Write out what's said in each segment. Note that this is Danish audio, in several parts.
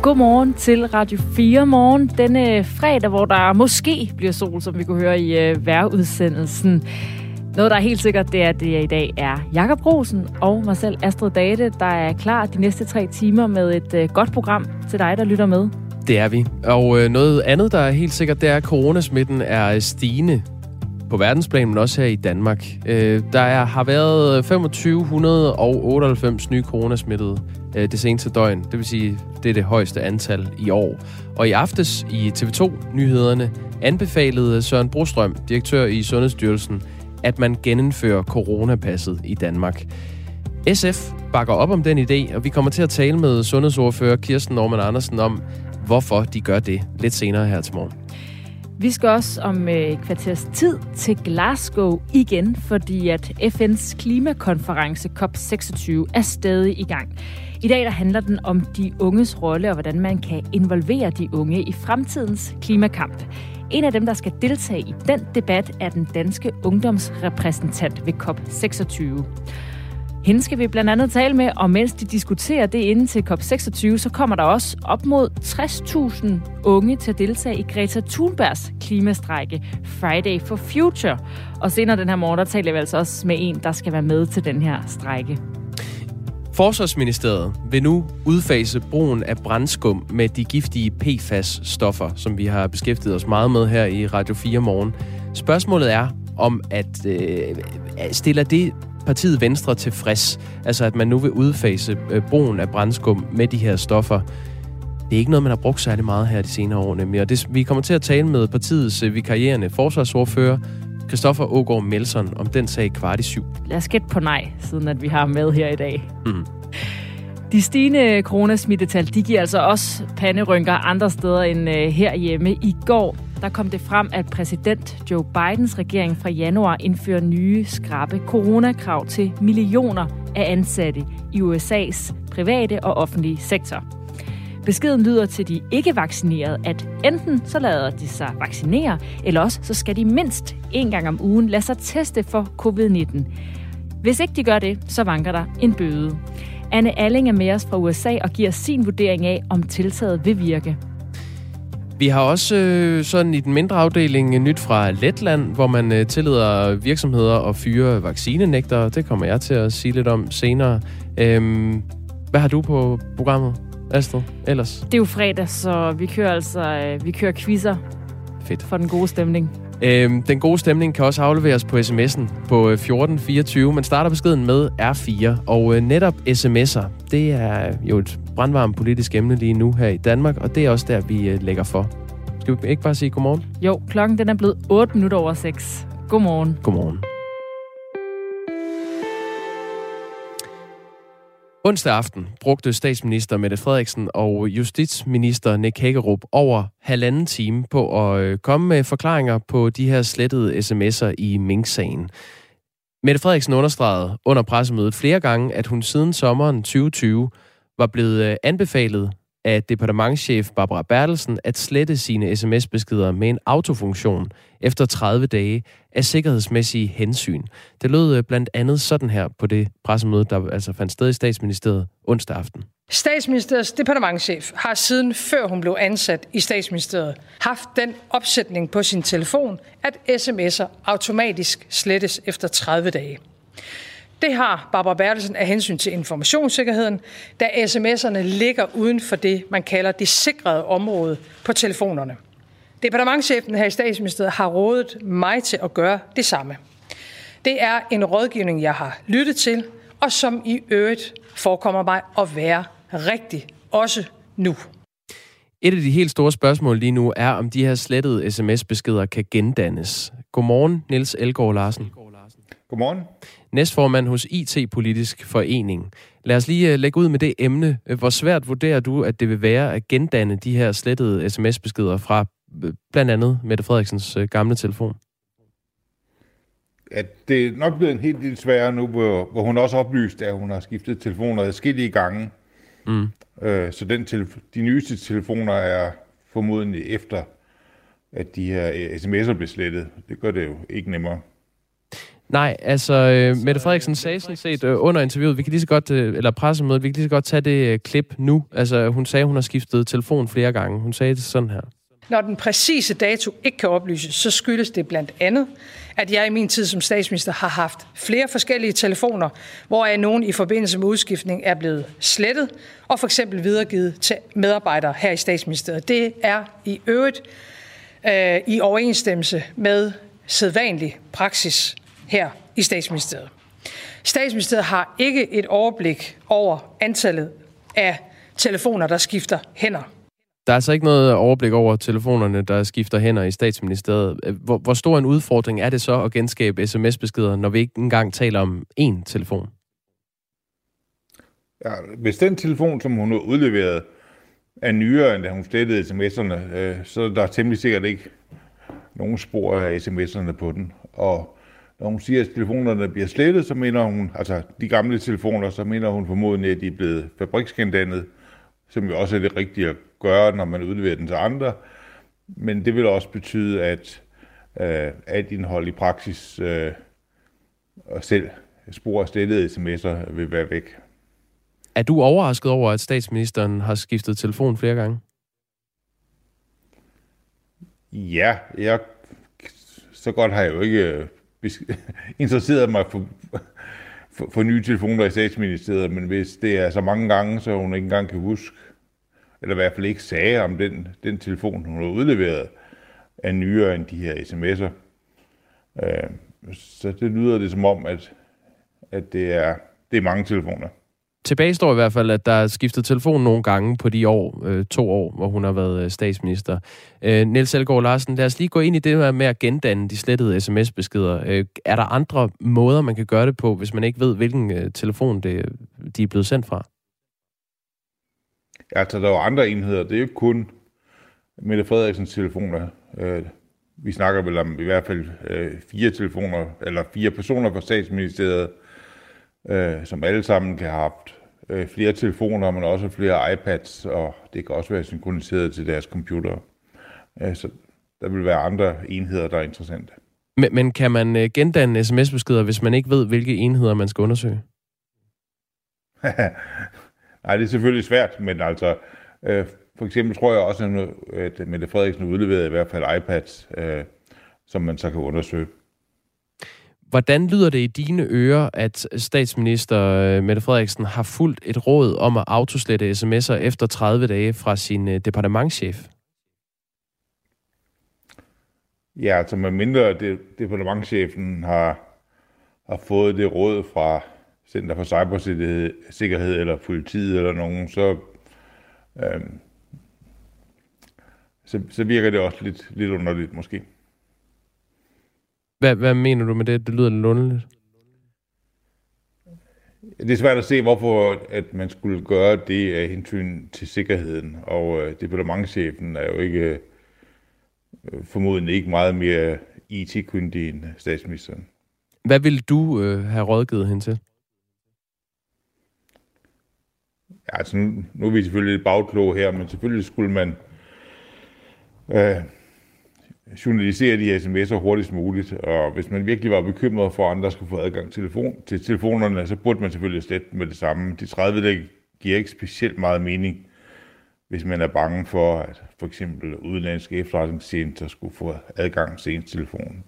Godmorgen til Radio 4 Morgen. Denne fredag, hvor der måske bliver sol, som vi kunne høre i vejrudsendelsen. Noget, der er helt sikkert, det er, at det i dag er Jakob Rosen og mig selv, Astrid Date, der er klar de næste 3 timer med et godt program til dig, der lytter med. Det er vi. Og noget andet, der er helt sikkert, det er, at coronasmitten er stigende på verdensplan, men også her i Danmark. Der har været 2598 nye coronasmittede det seneste døgn. Det vil sige, det er det højeste antal i år. Og i aftes i TV2-nyhederne anbefalede Søren Brostrøm, direktør i Sundhedsstyrelsen, at man genindfører coronapasset i Danmark. SF bakker op om den idé, og vi kommer til at tale med sundhedsordfører Kirsten Normann Andersen om, hvorfor de gør det lidt senere her til morgen. Vi skal også om et kvarters tid til Glasgow igen, fordi at FN's klimakonference COP26 er stadig i gang. I dag der handler den om de unges rolle og hvordan man kan involvere de unge i fremtidens klimakamp. En af dem, der skal deltage i den debat, er den danske ungdomsrepræsentant ved COP26. Hende skal vi blandt andet tale med, og mens de diskuterer det inden til COP26, så kommer der også op mod 60.000 unge til at deltage i Greta Thunbergs klimastrejke Friday for Future. Og senere den her morgen, der taler vi altså også med en, der skal være med til den her strejke. Forsvarsministeriet vil nu udfase brugen af brandskum med de giftige PFAS-stoffer, som vi har beskæftiget os meget med her i Radio 4 Morgen. Spørgsmålet er, om at stiller det partiet Venstre tilfreds, altså at man nu vil udfase brugen af brandskum med de her stoffer. Det er ikke noget, man har brugt særlig meget her de senere år, nemlig. Og vi kommer til at tale med partiets vikarierende forsvarsordfører, Christoffer Aagaard Melson, om den sag 6:15. Lad os gætte på nej, siden at vi har med her i dag. De stigende coronasmittetal, de giver altså også panderynker andre steder end herhjemme. I går der kom det frem, at præsident Joe Bidens regering fra januar indfører nye skrappe coronakrav til millioner af ansatte i USA's private og offentlige sektor. Beskeden lyder til de ikke-vaccinerede, at enten så lader de sig vaccinere, eller også så skal de mindst 1 gang om ugen lade sig teste for covid-19. Hvis ikke de gør det, så vanker der en bøde. Anne Alling er med os fra USA og giver sin vurdering af, om tiltaget vil virke. Vi har også sådan i den mindre afdeling nyt fra Letland, hvor man tillader virksomheder at fyre vaccinenægtere. Det kommer jeg til at sige lidt om senere. Hvad har du på programmet, Astrid, ellers? Det er jo fredag, så vi kører quizzer. Fedt. For den gode stemning. Den gode stemning kan også afleveres på sms'en på 1424. Man starter beskeden med R4, og netop sms'er, det er jo et brandvarmt politisk emne lige nu her i Danmark, og det er også der, vi lægger for. Skal vi ikke bare sige godmorgen? Jo, klokken den er blevet 6:08. Godmorgen. Godmorgen. Onsdag aften brugte statsminister Mette Frederiksen og justitsminister Nick Hækkerup over 1,5 time på at komme med forklaringer på de her slettede sms'er i Mink-sagen. Mette Frederiksen understregede under pressemødet flere gange, at hun siden sommeren 2020 var blevet anbefalet af departementschef Barbara Bertelsen at slette sine sms-beskeder med en autofunktion efter 30 dage af sikkerhedsmæssige hensyn. Det lød blandt andet sådan her på det pressemøde, der altså fandt sted i Statsministeriet onsdag aften. Statsministeriets departementschef har siden før hun blev ansat i Statsministeriet haft den opsætning på sin telefon, at sms'er automatisk slettes efter 30 dage. Det har Barbara Bertelsen af hensyn til informationssikkerheden, da sms'erne ligger uden for det, man kalder det sikrede område på telefonerne. Departementschefen her i Statsministeriet har rådet mig til at gøre det samme. Det er en rådgivning, jeg har lyttet til, og som i øvrigt forekommer mig at være rigtig, også nu. Et af de helt store spørgsmål lige nu er, om de her slettede sms-beskeder kan gendannes. Godmorgen, Niels Elgaard Larsen. Godmorgen. Næstformand hos IT-politisk forening. Lad os lige lægge ud med det emne. Hvor svært vurderer du, at det vil være at gendanne de her slettede sms-beskeder fra blandt andet Mette Frederiksens gamle telefon? At det er nok blevet en helt del sværere nu, hvor hun også oplyste, at hun har skiftet telefoner adskillige gange. Så de nyeste telefoner er formodentlig efter, at de her sms'er blev slettet. Det gør det jo ikke nemmere. Nej, altså Mette Frederiksen sagde sådan set under interviewet, vi kan lige så godt, eller pressemødet, vi kan lige så godt tage det klip nu. Altså hun sagde, hun har skiftet telefon flere gange. Hun sagde det sådan her. Når den præcise dato ikke kan oplyses, så skyldes det blandt andet, at jeg i min tid som statsminister har haft flere forskellige telefoner, hvoraf nogen i forbindelse med udskiftning er blevet slettet og for eksempel videregivet til medarbejdere her i Statsministeriet. Det er i øvrigt i overensstemmelse med sædvanlig praksis her i Statsministeriet. Statsministeriet har ikke et overblik over antallet af telefoner, der skifter hænder. Der er altså ikke noget overblik over telefonerne, der skifter hænder i Statsministeriet. Hvor stor en udfordring er det så at genskabe sms-beskeder, når vi ikke engang taler om én telefon? Ja, hvis den telefon, som hun har udleveret, er nyere, end da hun slettede sms'erne, så er der temmelig sikkert ikke nogen spor af sms'erne på den. Og når hun siger, at telefonerne bliver slettet, så mener hun, altså de gamle telefoner, så mener hun formodentlig, at de er blevet fabriksgendannet, som jo også er det rigtige at gøre, når man udleverer den til andre. Men det vil også betyde, at alt indhold i praksis og selv spor af slettede sms'er vil være væk. Er du overrasket over, at statsministeren har skiftet telefon flere gange? Ja, så godt har jeg jo ikke interesseret mig for nye telefoner i Statsministeriet, men hvis det er så mange gange, så hun ikke engang kan huske, eller i hvert fald ikke sagde om den telefon, hun har udleveret, er nyere end de her sms'er. Så det lyder det som om, at det er mange telefoner. Tilbage står i hvert fald, at der er skiftet telefon nogle gange på de 2 år, hvor hun har været statsminister. Niels Elgaard Larsen, lad os lige gå ind i det med at gendanne de slettede sms-beskeder. Er der andre måder, man kan gøre det på, hvis man ikke ved, hvilken telefon de er blevet sendt fra? Altså, der er jo andre enheder. Det er jo ikke kun Mette Frederiksens telefoner. Vi snakker vel om i hvert fald 4 telefoner, eller 4 personer fra Statsministeriet, som alle sammen kan have haft flere telefoner, men også flere iPads, og det kan også være synkroniseret til deres computer. Så der vil være andre enheder, der er interessante. Men kan man gendanne sms-beskeder, hvis man ikke ved, hvilke enheder man skal undersøge? Nej, det er selvfølgelig svært, men altså, for eksempel tror jeg også, at Mette Frederiksen udleverede i hvert fald iPads, som man så kan undersøge. Hvordan lyder det i dine ører, at statsminister Mette Frederiksen har fulgt et råd om at autoslette sms'er efter 30 dage fra sin departementschef? Ja, altså medmindre departementschefen har fået det råd fra Center for Cybersikkerhed eller politiet eller nogen, så virker det også lidt underligt måske. Hvad mener du med det? Det lyder lidt underligt. Det er svært at se, hvorfor at man skulle gøre det af hensyn til sikkerheden. Og departementschefen er jo ikke formodentlig ikke meget mere IT-kyndig end statsministeren. Hvad ville du have rådgivet hende til? Ja, altså nu er vi selvfølgelig lidt bagkloge her, men selvfølgelig skulle man journalisere de her sms'er hurtigst muligt, og hvis man virkelig var bekymret for, at andre skulle få adgang til telefonerne, så burde man selvfølgelig slette med det samme. De 30 dage giver ikke specielt meget mening, hvis man er bange for, at for eksempel udenlandske efterretningstjenester skulle få adgang til ens telefon.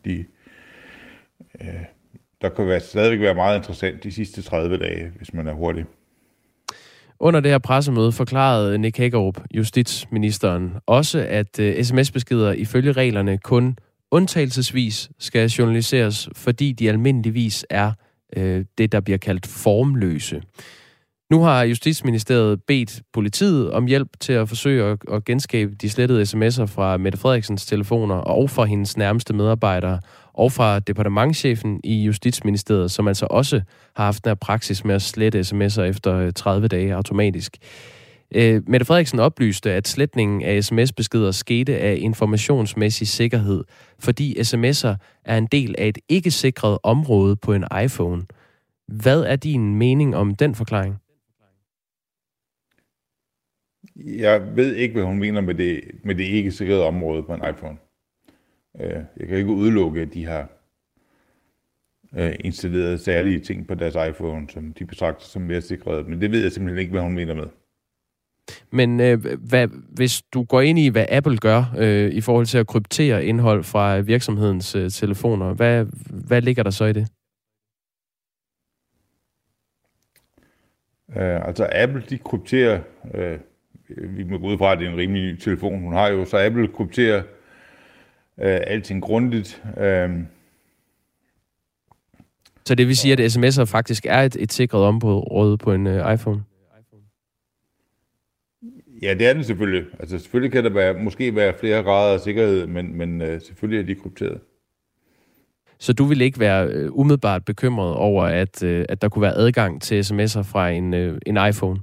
Der kan stadigvæk være meget interessant de sidste 30 dage, hvis man er hurtig. Under det her pressemøde forklarede Nick Hækkerup, justitsministeren, også at sms-beskeder ifølge reglerne kun undtagelsesvis skal journaliseres, fordi de almindeligvis er det, der bliver kaldt formløse. Nu har Justitsministeriet bedt politiet om hjælp til at forsøge at genskabe de slettede sms'er fra Mette Frederiksens telefoner og fra hendes nærmeste medarbejdere og fra departementschefen i Justitsministeriet, som altså også har haft den her praksis med at slette sms'er efter 30 dage automatisk. Mette Frederiksen oplyste, at sletningen af sms-beskeder skete af informationsmæssig sikkerhed, fordi sms'er er en del af et ikke sikret område på en iPhone. Hvad er din mening om den forklaring? Jeg ved ikke, hvad hun mener med det ikke sikrede område på en iPhone. Jeg kan ikke udelukke, at de har installeret særlige ting på deres iPhone, som de betragter som mere sikrede. Men det ved jeg simpelthen ikke, hvad hun mener med. Men hvis du går ind i, hvad Apple gør i forhold til at kryptere indhold fra virksomhedens telefoner, hvad ligger der så i det? Altså Apple, de krypterer, vi må gå ud fra, at det er en rimelig ny telefon, hun har jo, så Apple krypterer alting grundigt. Så det vil sige, at sms'er faktisk er et sikret område på en iPhone? Ja, det er det selvfølgelig. Altså selvfølgelig kan der måske være flere grader af sikkerhed, men selvfølgelig er de krypteret. Så du vil ikke være umiddelbart bekymret over, at der kunne være adgang til sms'er fra en iPhone?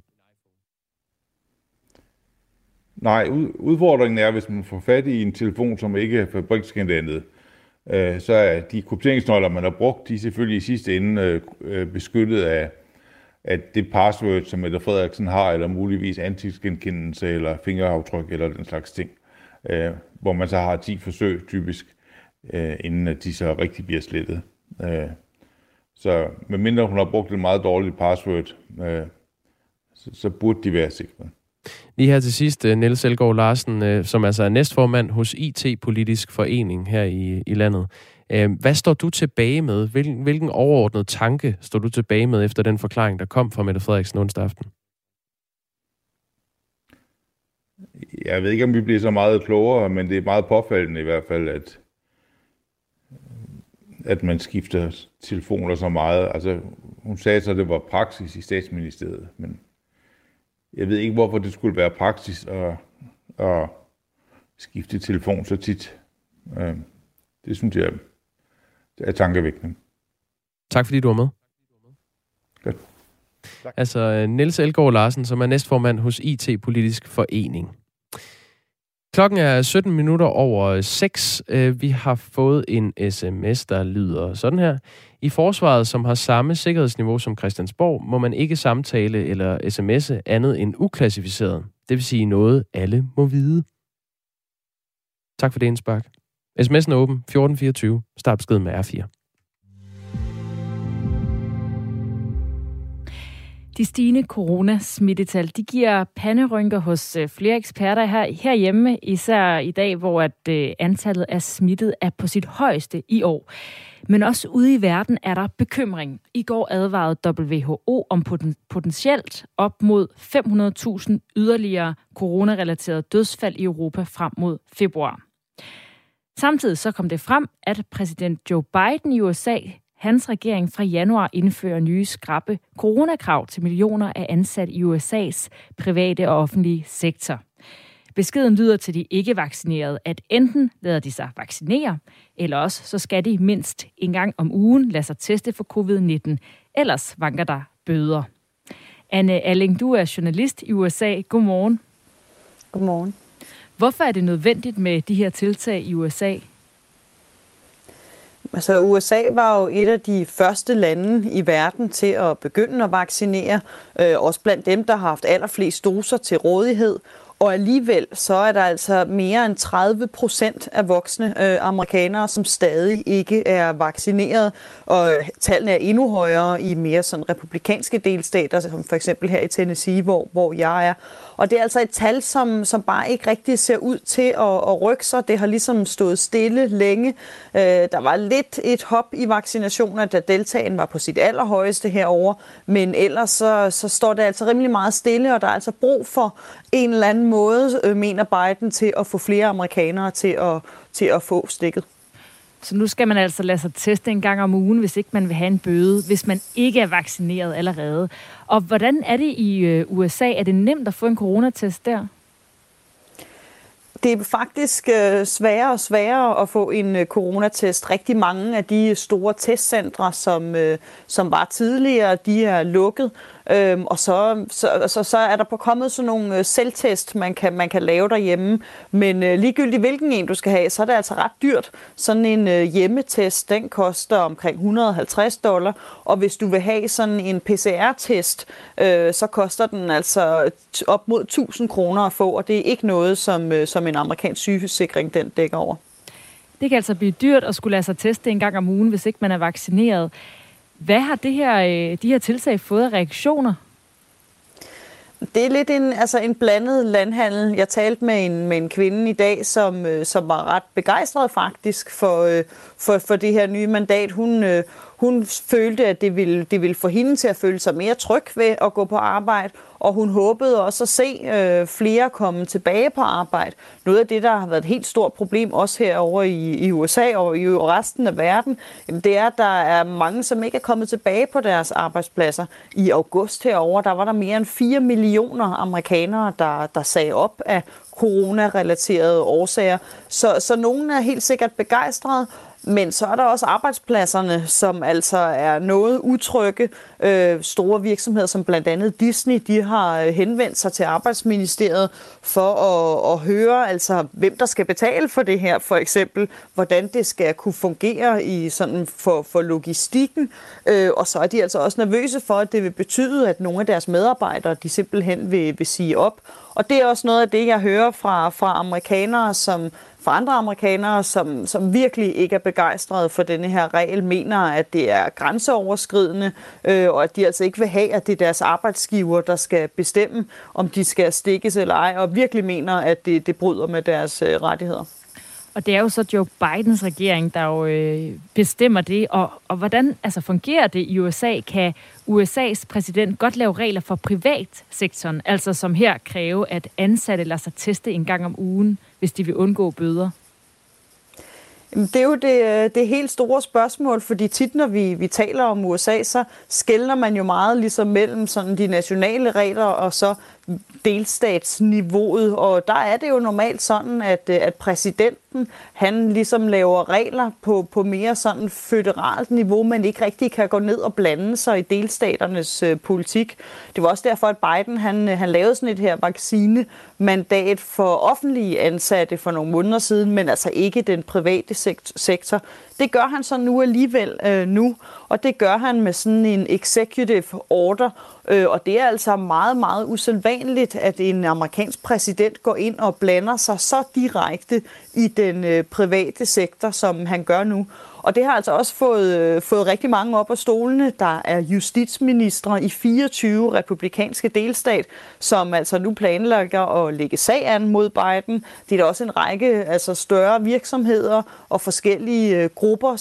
Nej, udfordringen er, hvis man får fat i en telefon, som ikke er fabriksgendannet, så er de krypteringsnøgler, man har brugt, de er selvfølgelig i sidste ende beskyttet af at det password, som Mette Frederiksen har, eller muligvis ansigtsgenkendelse, eller fingeraftryk, eller den slags ting, hvor man så har 10 forsøg typisk, inden at de så rigtig bliver slettet. Så medmindre hun har brugt et meget dårligt password, så burde de være sikre. Lige her til sidst, Niels Elgaard Larsen, som altså er næstformand hos IT-politisk forening her i landet. Hvad står du tilbage med? Hvilken overordnet tanke står du tilbage med efter den forklaring, der kom fra Mette Frederiksen onsdag aften? Jeg ved ikke, om vi bliver så meget klogere, men det er meget påfaldende i hvert fald, at man skifter telefoner så meget. Altså, hun sagde så, at det var praksis i Statsministeriet, men jeg ved ikke, hvorfor det skulle være praksis at skifte telefon så tit. Det synes jeg er tankevækkende. Tak fordi du var med. Godt. Tak. Altså Niels Elgaard Larsen, som er næstformand hos IT-politisk forening. Klokken er 17 minutter over 6. Vi har fået en sms, der lyder sådan her. I forsvaret, som har samme sikkerhedsniveau som Christiansborg, må man ikke samtale eller sms'e andet end uklassificeret. Det vil sige noget, alle må vide. Tak for det indspark. SMS'en er åben 1424. Start besked med R4. De stigende coronasmittetal, de giver panderynker hos flere eksperter herhjemme, især i dag, hvor antallet af smittet er på sit højeste i år. Men også ude i verden er der bekymring. I går advarede WHO om potentielt op mod 500.000 yderligere coronarelaterede dødsfald i Europa frem mod februar. Samtidig så kom det frem, at præsident Joe Biden i USA, hans regering fra januar indfører nye skrappe coronakrav til millioner af ansatte i USA's private og offentlige sektor. Beskeden lyder til de ikke-vaccinerede, at enten lader de sig vaccinere, eller også så skal de mindst en gang om ugen lade sig teste for covid-19. Ellers vanker der bøder. Anne Alling, du er journalist i USA. Godmorgen. Godmorgen. Hvorfor er det nødvendigt med de her tiltag i USA? Altså USA var jo et af de første lande i verden til at begynde at vaccinere. Også blandt dem, der har haft allerflest doser til rådighed. Og alligevel så er der altså mere end 30% af voksne amerikanere, som stadig ikke er vaccineret. Og tallene er endnu højere i mere sådan republikanske delstater, som for eksempel her i Tennessee, hvor jeg er. Og det er altså et tal, som bare ikke rigtig ser ud til at rykke sig. Det har ligesom stået stille længe. Der var lidt et hop i vaccinationer, da deltagen var på sit allerhøjeste herover. Men ellers så står det altså rimelig meget stille, og der er altså brug for en eller anden måde, mener Biden, til at få flere amerikanere til at få stikket. Så nu skal man altså lade sig teste en gang om ugen, hvis ikke man vil have en bøde, hvis man ikke er vaccineret allerede. Og hvordan er det i USA? Er det nemt at få en coronatest der? Det er faktisk sværere og sværere at få en coronatest. Rigtig mange af de store testcentre, som var tidligere, de er lukket. Og så er der kommet sådan nogle selvtest, man kan lave derhjemme. Men ligegyldigt hvilken en du skal have, så er det altså ret dyrt. Sådan en hjemmetest, den koster omkring $150. Og hvis du vil have sådan en PCR-test, så koster den altså op mod 1.000 kroner at få. Og det er ikke noget, som en amerikansk sygesikring den dækker over. Det kan altså blive dyrt at skulle lade sig teste en gang om ugen, hvis ikke man er vaccineret. Hvad har de her tiltag fået af reaktioner? Det er lidt en blandet landhandel. Jeg talte med en kvinde i dag, som var ret begejstret faktisk for det her nye mandat. Hun følte, at det ville få hende til at føle sig mere tryg ved at gå på arbejde, og hun håbede også at se flere komme tilbage på arbejde. Noget af det, der har været et helt stort problem, også herovre i USA og i resten af verden, det er, at der er mange, som ikke er kommet tilbage på deres arbejdspladser. I august herovre, der var der mere end 4 millioner amerikanere, der sagde op af corona-relaterede årsager. Så nogen er helt sikkert begejstrede. Men så er der også arbejdspladserne, som altså er noget utrygge. Store virksomheder som blandt andet Disney, de har henvendt sig til Arbejdsministeriet for at høre, altså hvem der skal betale for det her, for eksempel hvordan det skal kunne fungere i sådan for logistikken. Og så er de altså også nervøse for, at det vil betyde, at nogle af deres medarbejdere, de simpelthen vil sige op. Og det er også noget af det, jeg hører fra amerikanere, fra andre amerikanere, som virkelig ikke er begejstrede for denne her regel, mener, at det er grænseoverskridende, og at de altså ikke vil have, at det er deres arbejdsgiver, der skal bestemme, om de skal stikkes eller ej, og virkelig mener, at det bryder med deres rettigheder. Og det er jo så Joe Bidens regering, der jo bestemmer det. Og hvordan fungerer det i USA? Kan USA's præsident godt lave regler for privatsektoren, altså som her kræve, at ansatte lader sig teste en gang om ugen, hvis de vil undgå bøder? Det er jo det helt store spørgsmål, fordi tit, når vi taler om USA, så skelner man jo meget ligesom mellem sådan de nationale regler og så delstatsniveauet, og der er det jo normalt sådan, at præsidenten, han ligesom laver regler på mere sådan føderalt niveau, men ikke rigtig kan gå ned og blande sig i delstaternes politik. Det var også derfor, at Biden, han lavede sådan et her vaccinemandat for offentlige ansatte for nogle måneder siden, men altså ikke den private sektor. Det gør han så nu alligevel og det gør han med sådan en executive order, og det er altså meget, meget usædvanligt, at en amerikansk præsident går ind og blander sig så direkte i den private sektor, som han gør nu. Og det har altså også fået rigtig mange op af stolene. Der er justitsministre i 24 republikanske delstat, som altså nu planlægger at lægge sag an mod Biden. Det er der også en række større virksomheder og forskellige grupper,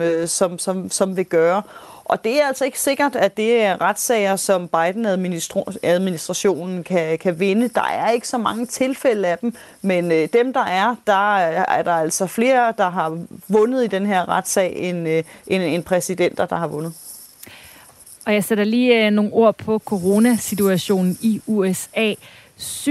som vil gøre. Og det er altså ikke sikkert, at det er retssager, som Biden-administrationen kan vinde. Der er ikke så mange tilfælde af dem, men dem, der er der altså flere, der har vundet i den her retssag, end præsidenter, der har vundet. Og jeg sætter lige nogle ord på coronasituationen i USA. 745.000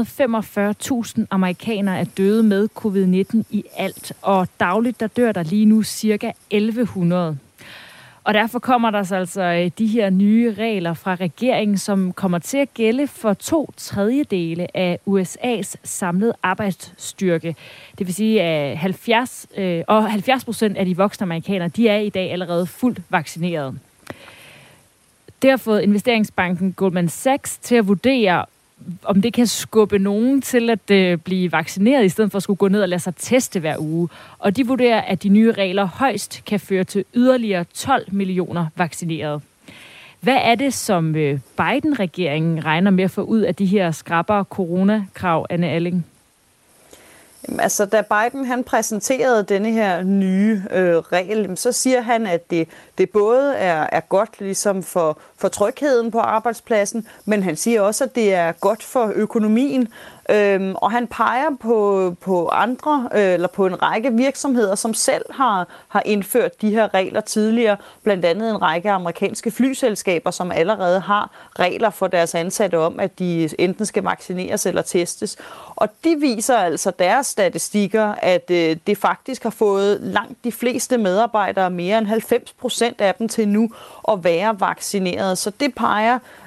amerikanere er døde med covid-19 i alt, og dagligt der dør der lige nu ca. 1100. Og derfor kommer der altså de her nye regler fra regeringen, som kommer til at gælde for 2/3 af USA's samlede arbejdsstyrke. Det vil sige, at 70% af de voksne amerikanere, de er i dag allerede fuldt vaccineret. Det har fået investeringsbanken Goldman Sachs til at vurdere, om det kan skubbe nogen til at blive vaccineret, i stedet for at skulle gå ned og lade sig teste hver uge. Og de vurderer, at de nye regler højst kan føre til yderligere 12 millioner vaccinerede. Hvad er det, som Biden-regeringen regner med at få ud af de her skrappere coronakrav, Anne Alling? Altså, da Biden han præsenterede denne her nye regel, så siger han, at det både er godt ligesom for trygheden på arbejdspladsen, men han siger også, at det er godt for økonomien. Og han peger på andre, eller på en række virksomheder, som selv har indført de her regler tidligere. Blandt andet en række amerikanske flyselskaber, som allerede har regler for deres ansatte om, at de enten skal vaccineres eller testes. Og de viser altså deres statistikker, at det faktisk har fået langt de fleste medarbejdere, mere end 90% af dem til nu, at være vaccineret. Så det peger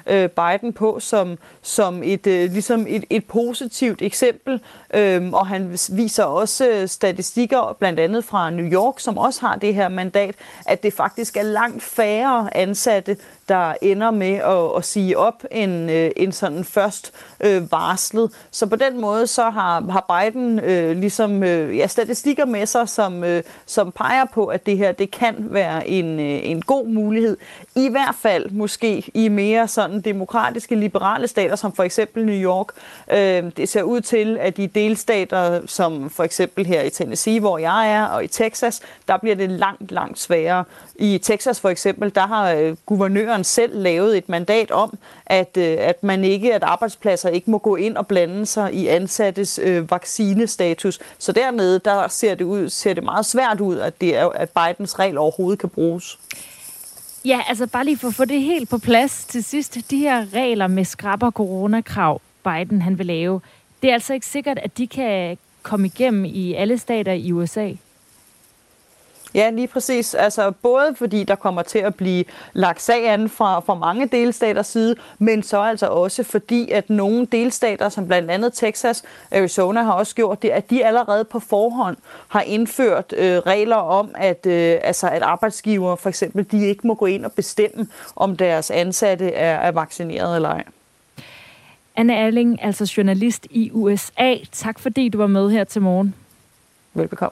Biden på som et positivt eksempel. Og han viser også statistikker, blandt andet fra New York, som også har det her mandat, at det faktisk er langt færre ansatte, der ender med at sige op end sådan først varslet. Så på den måde så har Biden statistikker med sig, som peger på, at det her det kan være en god mulighed. I hvert fald måske i mere sådan demokratiske, liberale stater, som for eksempel New York. Det ser ud til, at i delstater, som for eksempel her i Tennessee, hvor jeg er, og i Texas, der bliver det langt sværere. I Texas for eksempel, der har guvernøren selv lavet et mandat om, at arbejdspladser ikke må gå ind og blande sig i ansattes vaccinestatus. Så dernede, der ser det meget svært ud, at Bidens regel overhovedet kan bruges. Ja, altså bare lige for at få det helt på plads til sidst. De her regler med skrappere coronakrav, Biden han vil lave, det er altså ikke sikkert, at de kan komme igennem i alle stater i USA. Ja, lige præcis. Altså både fordi der kommer til at blive lagt sag an fra mange delstaters side, men så altså også fordi, at nogle delstater, som blandt andet Texas, Arizona har også gjort det, at de allerede på forhånd har indført regler om, at arbejdsgivere for eksempel, de ikke må gå ind og bestemme, om deres ansatte er vaccineret eller ej. Anne Erling, altså journalist i USA. Tak fordi du var med her til morgen. Velbekomme.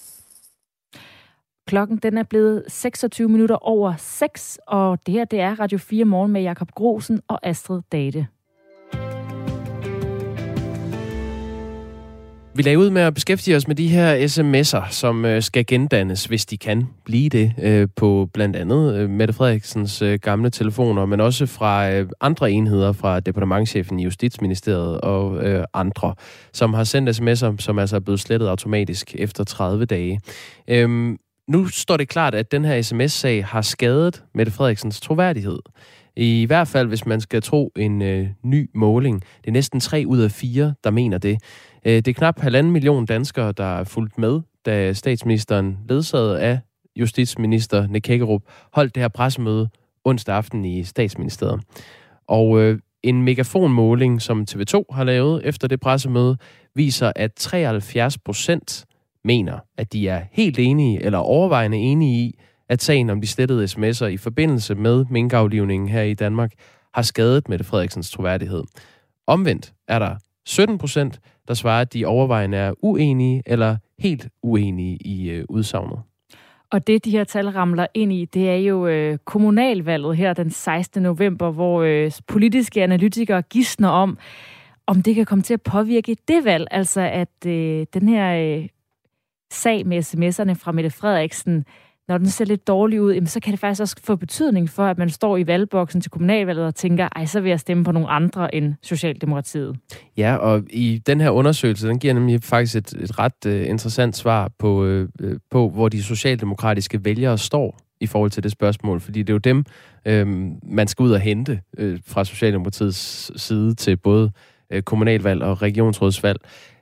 Klokken den er blevet 26 minutter over 6, og det her det er Radio 4 Morgen med Jakob Grosen og Astrid Date. Vi lagde ud med at beskæftige os med de her sms'er, som skal gendannes, hvis de kan blive det, på blandt andet Mette Frederiksens gamle telefoner, men også fra andre enheder fra departementschefen i Justitsministeriet og andre, som har sendt sms'er, som altså er blevet slettet automatisk efter 30 dage. Nu står det klart, at den her sms-sag har skadet Mette Frederiksens troværdighed. I hvert fald, hvis man skal tro en ny måling. Det er næsten 3 ud af 4, der mener det. Det er knap 1,5 million danskere, der er fulgt med, da statsministeren, ledsaget af justitsminister Nick Hækkerup, holdt det her pressemøde onsdag aften i Statsministeriet. Og en megafonmåling, som TV2 har lavet efter det pressemøde, viser, at 73% mener, at de er helt enige eller overvejende enige i, at sagen om de slettede sms'er i forbindelse med minkaflivningen her i Danmark har skadet Mette Frederiksens troværdighed. Omvendt er der 17%, der svarer, at de overvejende er uenige eller helt uenige i udsagnet. Og det, de her tal ramler ind i, det er jo kommunalvalget her den 16. november, hvor politiske analytikere gidsner om det kan komme til at påvirke det valg. Altså, at den her sag med sms'erne fra Mette Frederiksen, når den ser lidt dårlig ud, så kan det faktisk også få betydning for, at man står i valgboksen til kommunalvalget og tænker, så vil jeg stemme på nogle andre end Socialdemokratiet. Ja, og i den her undersøgelse, den giver nemlig faktisk et ret interessant svar på, hvor de socialdemokratiske vælgere står i forhold til det spørgsmål, fordi det er jo dem, man skal ud og hente fra Socialdemokratiets side til både kommunalvalg og regionsrådsvalg.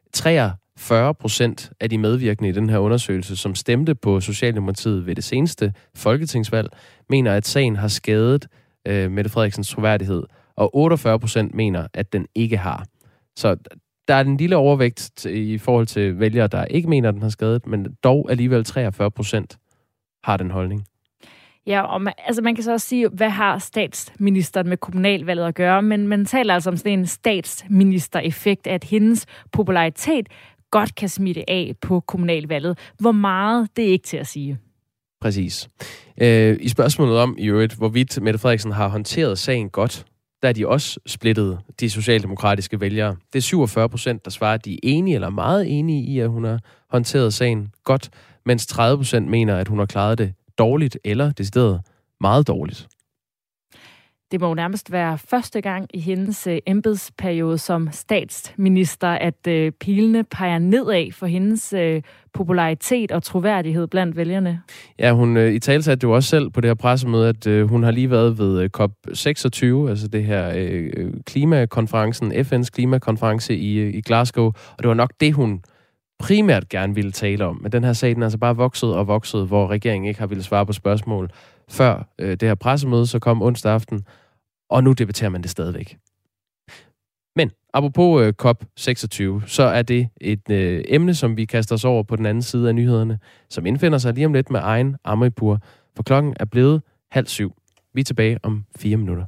40% af de medvirkende i den her undersøgelse, som stemte på Socialdemokratiet ved det seneste folketingsvalg, mener, at sagen har skadet Mette Frederiksens troværdighed, og 48% mener, at den ikke har. Så der er en lille overvægt i forhold til vælgere, der ikke mener, at den har skadet, men dog alligevel 43% har den holdning. Ja, og man kan så også sige, hvad har statsministeren med kommunalvalget at gøre, men man taler altså om sådan en statsministereffekt, at hendes popularitet godt kan smitte af på kommunalvalget. Hvor meget, det er ikke til at sige. Præcis. I spørgsmålet om, i øvrigt, hvorvidt Mette Frederiksen har håndteret sagen godt, der er de også splittet, de socialdemokratiske vælgere. Det er 47%, der svarer, at de er enige eller meget enige i, at hun har håndteret sagen godt, mens 30% mener, at hun har klaret det dårligt eller decideret meget dårligt. Det må jo nærmest være første gang i hendes embedsperiode som statsminister, at pilene peger nedad for hendes popularitet og troværdighed blandt vælgerne. Ja, hun italesatte jo også selv på det her pressemøde, at hun har lige været ved COP26, altså det her klimakonferencen, FN's klimakonference i Glasgow, og det var nok det, hun primært gerne ville tale om. Men den her sag, den er altså bare vokset og vokset, hvor regeringen ikke har ville svare på spørgsmål før det her pressemøde, så kom onsdag aften. og nu debatterer man det stadigvæk. Men apropos COP26, så er det et emne, som vi kaster os over på den anden side af nyhederne, som indfinder sig lige om lidt med egen Amripur, for klokken er blevet 6:30. Vi er tilbage om 4 minutter.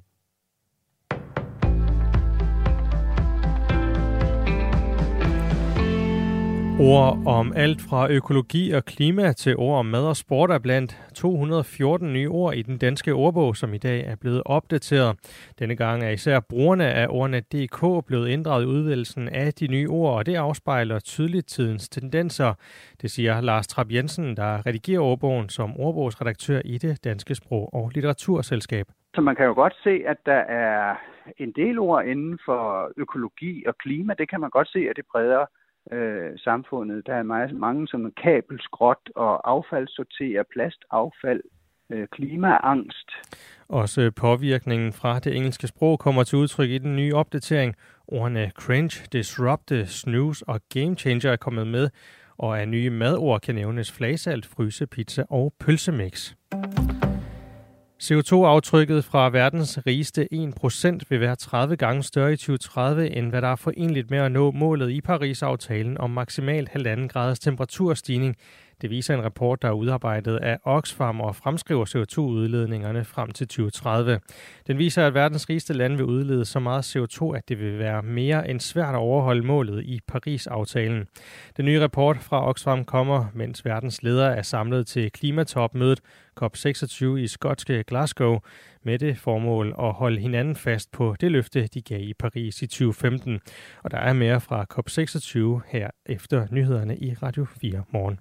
Ord om alt fra økologi og klima til ord om mad og sport er blandt 214 nye ord i den danske ordbog, som i dag er blevet opdateret. Denne gang er især brugerne af ordnet.dk blevet inddraget i udvælgelsen af de nye ord, og det afspejler tydeligt tidens tendenser. Det siger Lars Trapp Jensen, der redigerer ordbogen som ordbogsredaktør i det Danske Sprog- og Litteraturselskab. Så man kan jo godt se, at der er en del ord inden for økologi og klima. Det kan man godt se, at det breder samfundet. Der er mange som kabelskrot og affaldssorterer, plastaffald, klimaangst. Også påvirkningen fra det engelske sprog kommer til udtryk i den nye opdatering. Ordene cringe, disrupte, snooze og game changer er kommet med, og af nye madord kan nævnes flagesalt, frysepizza og pølsemix. CO2-aftrykket fra verdens rigeste 1% vil være 30 gange større i 2030, end hvad der er forenligt med at nå målet i Paris-aftalen om maksimalt 1,5 graders temperaturstigning. Det viser en rapport, der er udarbejdet af Oxfam og fremskriver CO2-udledningerne frem til 2030. Den viser, at verdens rigeste lande vil udlede så meget CO2, at det vil være mere end svært at overholde målet i Paris-aftalen. Den nye rapport fra Oxfam kommer, mens verdens ledere er samlet til klimatopmødet COP26 i skotske Glasgow, med det formål at holde hinanden fast på det løfte, de gav i Paris i 2015. Og der er mere fra COP26 her efter nyhederne i Radio 4 morgen.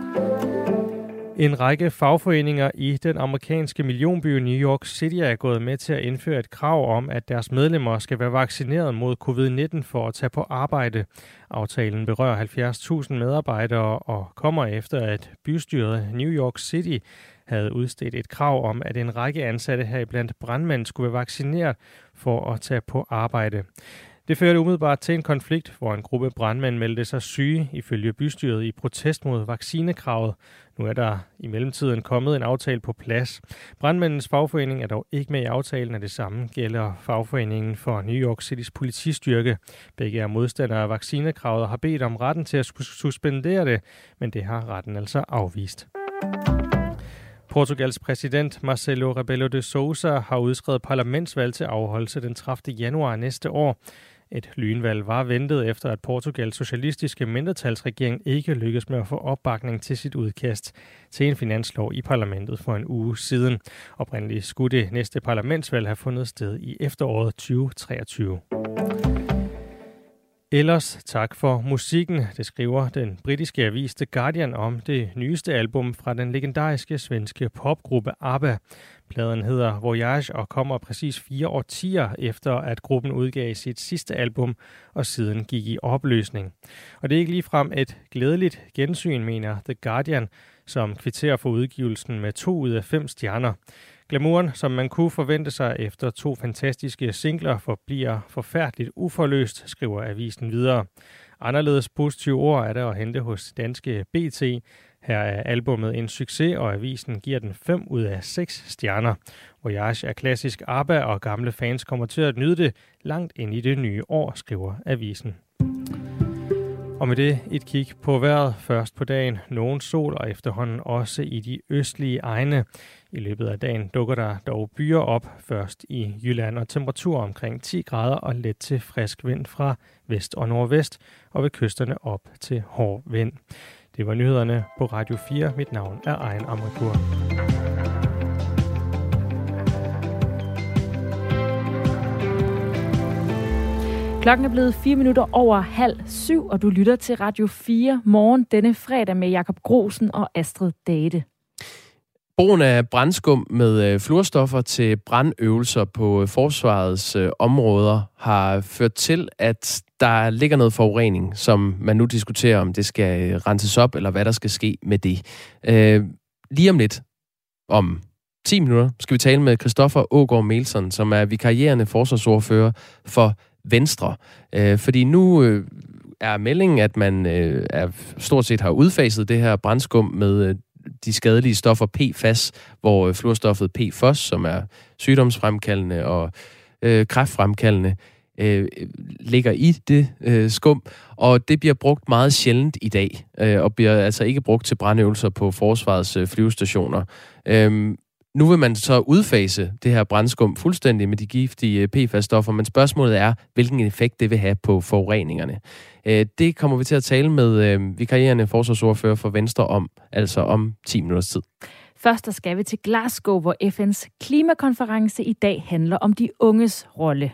En række fagforeninger i den amerikanske millionby New York City er gået med til at indføre et krav om, at deres medlemmer skal være vaccineret mod covid-19 for at tage på arbejde. Aftalen berører 70.000 medarbejdere og kommer efter, at bystyret New York City havde udstedt et krav om, at en række ansatte heriblandt brandmænd skulle være vaccineret for at tage på arbejde. Det førte umiddelbart til en konflikt, hvor en gruppe brandmænd meldte sig syge ifølge bystyret i protest mod vaccinekravet. Nu er der i mellemtiden kommet en aftale på plads. Brandmændenes fagforening er dog ikke med i aftalen, og det samme gælder fagforeningen for New York Citys politistyrke. Begge er modstandere af vaccinekravet og har bedt om retten til at suspendere det, men det har retten altså afvist. Portugals præsident Marcelo Rebelo de Sousa har udskrevet parlamentsvalg til afholdelse den 30. januar næste år. Et lynvalg var ventet efter, at Portugals socialistiske mindretalsregering ikke lykkedes med at få opbakning til sit udkast til en finanslov i parlamentet for en uge siden. Oprindeligt skulle det næste parlamentsvalg have fundet sted i efteråret 2023. Ellers tak for musikken, det skriver den britiske avis The Guardian om det nyeste album fra den legendariske svenske popgruppe ABBA. Pladen hedder Voyage og kommer præcis 4 årtier efter, at gruppen udgav sit sidste album og siden gik i opløsning. Og det er ikke ligefrem et glædeligt gensyn, mener The Guardian, som kvitterer for udgivelsen med 2 ud af 5 stjerner. Glamouren, som man kunne forvente sig efter 2 fantastiske singler, forbliver forfærdeligt uforløst, skriver avisen videre. Anderledes positive ord er der at hente hos danske BT. Her er albummet en succes, og avisen giver den 5 ud af 6 stjerner. Voyage er klassisk ABBA, og gamle fans kommer til at nyde det langt ind i det nye år, skriver avisen. Og med det et kig på vejret. Først på dagen nogen sol, og efterhånden også i de østlige egne. I løbet af dagen dukker der dog byer op, først i Jylland, og temperatur omkring 10 grader og let til frisk vind fra vest og nordvest, og ved kysterne op til hård vind. Det var nyhederne på Radio 4. Mit navn er Ejn Amripur. Klokken er blevet 4 minutter over 6:30, og du lytter til Radio 4 morgen denne fredag med Jakob Grosen og Astrid Date. Brugen af brandskum med fluorstoffer til brandøvelser på forsvarets områder har ført til, at der ligger noget forurening, som man nu diskuterer, om det skal renses op, eller hvad der skal ske med det. Lige om lidt, om 10 minutter, skal vi tale med Christoffer Aagaard Melson, som er vikarierende forsvarsordfører for Venstre. Fordi nu er meldingen, at man stort set har udfaset det her brandskum med de skadelige stoffer PFAS, hvor fluorstoffet PFOS, som er sygdomsfremkaldende og kræftfremkaldende, ligger i det skum, og det bliver brugt meget sjældent i dag, og bliver altså ikke brugt til brandøvelser på forsvarets flyvestationer. Nu vil man så udfase det her brandskum fuldstændig med de giftige PFAS-stoffer, men spørgsmålet er, hvilken effekt det vil have på forureningerne. Det kommer vi til at tale med vikarierende forsvarsordfører for Venstre om, altså om 10 minutters tid. Først der skal vi til Glasgow, hvor FN's klimakonference i dag handler om de unges rolle.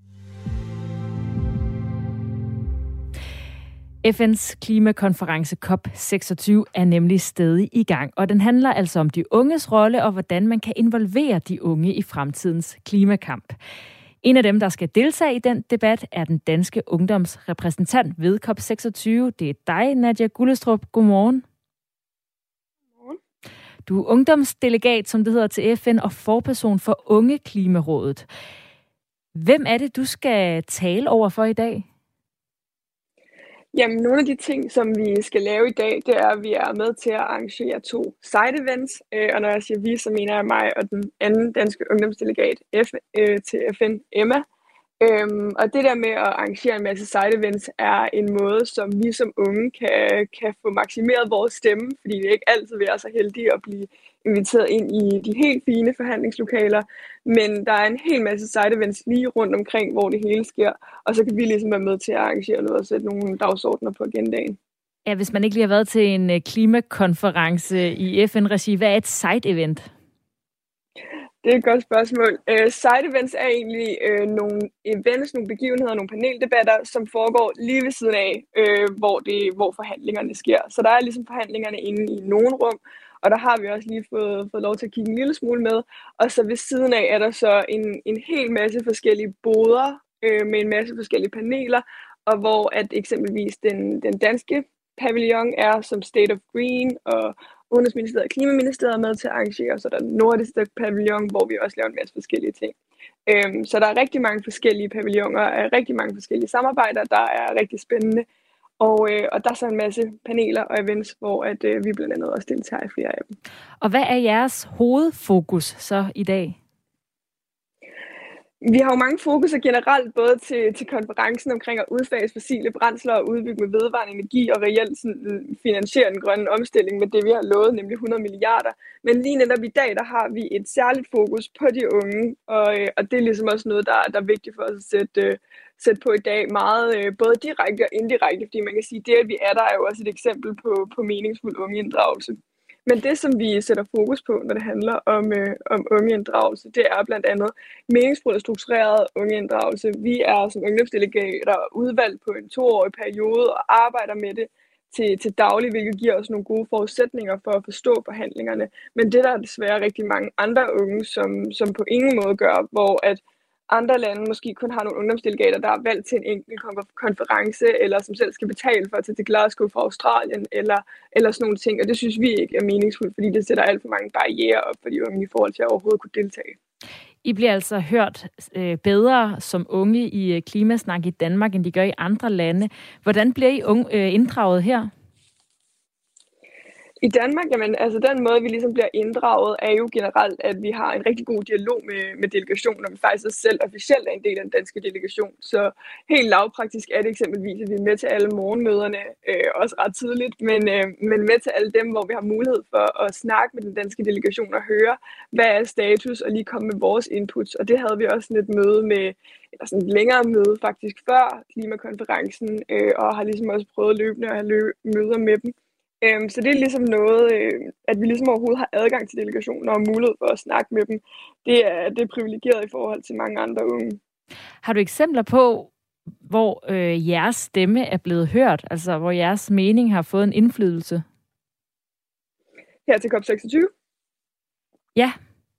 FN's klimakonference COP26 er nemlig stadig i gang, og den handler altså om de unges rolle og hvordan man kan involvere de unge i fremtidens klimakamp. En af dem, der skal deltage i den debat, er den danske ungdomsrepræsentant ved COP26. Det er dig, Nadia Gullestrup. Godmorgen. Godmorgen. Du er ungdomsdelegat, som det hedder, til FN og forperson for Ungeklimarådet. Hvem er det, du skal tale over for i dag? Jamen, nogle af de ting, som vi skal lave i dag, det er, at vi er med til at arrangere 2 side events. Og når jeg siger vi, så mener jeg mig og den anden danske ungdomsdelegat til FN, Emma. Og det der med at arrangere en masse side events er en måde, som vi som unge kan få maksimeret vores stemme, fordi det ikke altid vil være så heldige at blive inviteret ind i de helt fine forhandlingslokaler. Men der er en hel masse side events lige rundt omkring, hvor det hele sker. Og så kan vi ligesom være med til at arrangere noget og sætte nogle dagsordner på agendaen. Ja, hvis man ikke lige har været til en klimakonference i FN-regi, hvad er et side-event? Det er et godt spørgsmål. Side events er egentlig nogle events, nogle begivenheder, nogle paneldebatter, som foregår lige ved siden af, hvor forhandlingerne sker. Så der er ligesom forhandlingerne inde i nogle rum, og der har vi også lige fået lov til at kigge en lille smule med. Og så ved siden af er der så en hel masse forskellige boder med en masse forskellige paneler, og hvor at eksempelvis den danske pavillon er som State of Green, og Udenrigsministeriet og Klimaministeriet er med til at arrangere, så der er den nordiske pavillon, hvor vi også laver en masse forskellige ting. Så der er rigtig mange forskellige pavilloner, rigtig mange forskellige samarbejder, der er rigtig spændende. Og der er så en masse paneler og events, hvor at, vi blandt andet også deltager i flere af dem. Og hvad er jeres hovedfokus så i dag? Vi har jo mange fokuser generelt, både til konferencen omkring at udfase fossile brændsler og udbygge med vedvarende energi og reelt finansiere den grønne omstilling med det, vi har lovet, nemlig 100 milliarder. Men lige netop i dag, der har vi et særligt fokus på de unge, og det er ligesom også noget, der er vigtigt for os at sætte på i dag, meget både direkte og indirekte, fordi man kan sige, at det, at vi er der, er jo også et eksempel på meningsfuld ungeinddragelse. Men det, som vi sætter fokus på, når det handler om ungeinddragelse, det er blandt andet meningsfuld og struktureret ungeinddragelse. Vi er som ungdomsdelegater udvalgt på en 2-årig periode og arbejder med det til daglig, hvilket giver os nogle gode forudsætninger for at forstå forhandlingerne. Men det der er desværre rigtig mange andre unge, som på ingen måde gør, hvor at andre lande måske kun har nogle ungdomsdelegater, der er valgt til en enkelt konference, eller som selv skal betale for at tage til Glasgow fra Australien, eller sådan nogle ting. Og det synes vi ikke er meningsfuldt, fordi det sætter alt for mange barrierer op for de unge i forhold til at overhovedet kunne deltage. I bliver altså hørt bedre som unge i Klimasnak i Danmark, end de gør i andre lande. Hvordan bliver I inddraget her? I Danmark, jamen, altså den måde, vi ligesom bliver inddraget, er jo generelt, at vi har en rigtig god dialog med delegationen, og vi faktisk også selv officielt er en del af den danske delegation. Så helt lavpraktisk er det eksempelvis, at vi er med til alle morgenmøderne, også ret tidligt, men med til alle dem, hvor vi har mulighed for at snakke med den danske delegation og høre, hvad er status, og lige komme med vores inputs. Og det havde vi også sådan et møde med, eller sådan et længere møde faktisk før klimakonferencen, og har ligesom også prøvet løbende at have møder med dem. Så det er ligesom noget, at vi ligesom overhovedet har adgang til delegationen og mulighed for at snakke med dem. Det er privilegeret i forhold til mange andre unge. Har du eksempler på, hvor jeres stemme er blevet hørt, altså hvor jeres mening har fået en indflydelse? Her til COP26? Ja.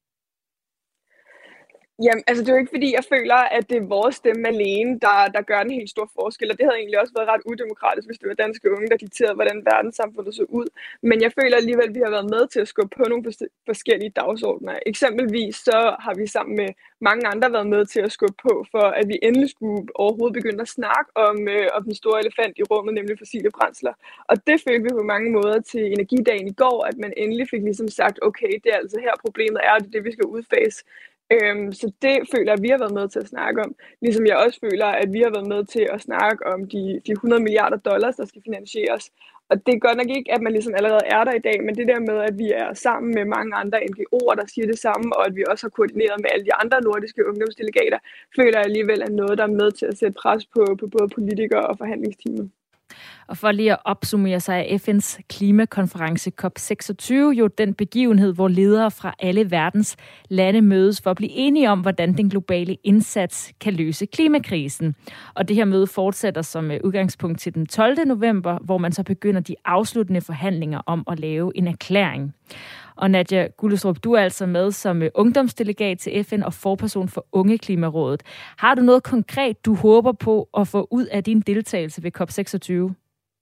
Jamen, altså det er jo ikke fordi, jeg føler, at det er vores stemme alene, der gør en helt stor forskel, og det havde egentlig også været ret udemokratisk, hvis det var danske unge, der dikterede, hvordan verdenssamfundet så ud. Men jeg føler alligevel, at vi har været med til at skubbe på nogle forskellige dagsordner. Eksempelvis så har vi sammen med mange andre været med til at skubbe på, for at vi endelig skulle overhovedet begynde at snakke om den store elefant i rummet, nemlig fossile brændsler. Og det følte vi på mange måder til energidagen i går, at man endelig fik ligesom sagt, okay, det er altså her problemet er, det vi skal udfase. Så det føler jeg, at vi har været med til at snakke om. Ligesom jeg også føler, at vi har været med til at snakke om de $100 milliarder, der skal finansieres. Og det er godt nok ikke, at man ligesom allerede er der i dag, men det der med, at vi er sammen med mange andre NGO'er, der siger det samme, og at vi også har koordineret med alle de andre nordiske ungdomsdelegater, føler jeg alligevel er noget, der er med til at sætte pres på både politikere og forhandlingsteamet. Og for lige at opsummere sig af FN's klimakonference COP26, jo den begivenhed, hvor ledere fra alle verdens lande mødes for at blive enige om, hvordan den globale indsats kan løse klimakrisen. Og det her møde fortsætter som udgangspunkt til den 12. november, hvor man så begynder de afsluttende forhandlinger om at lave en erklæring. Og Nadia Gullestrup, du er altså med som ungdomsdelegat til FN og forperson for Ungeklimarådet. Har du noget konkret, du håber på at få ud af din deltagelse ved COP26?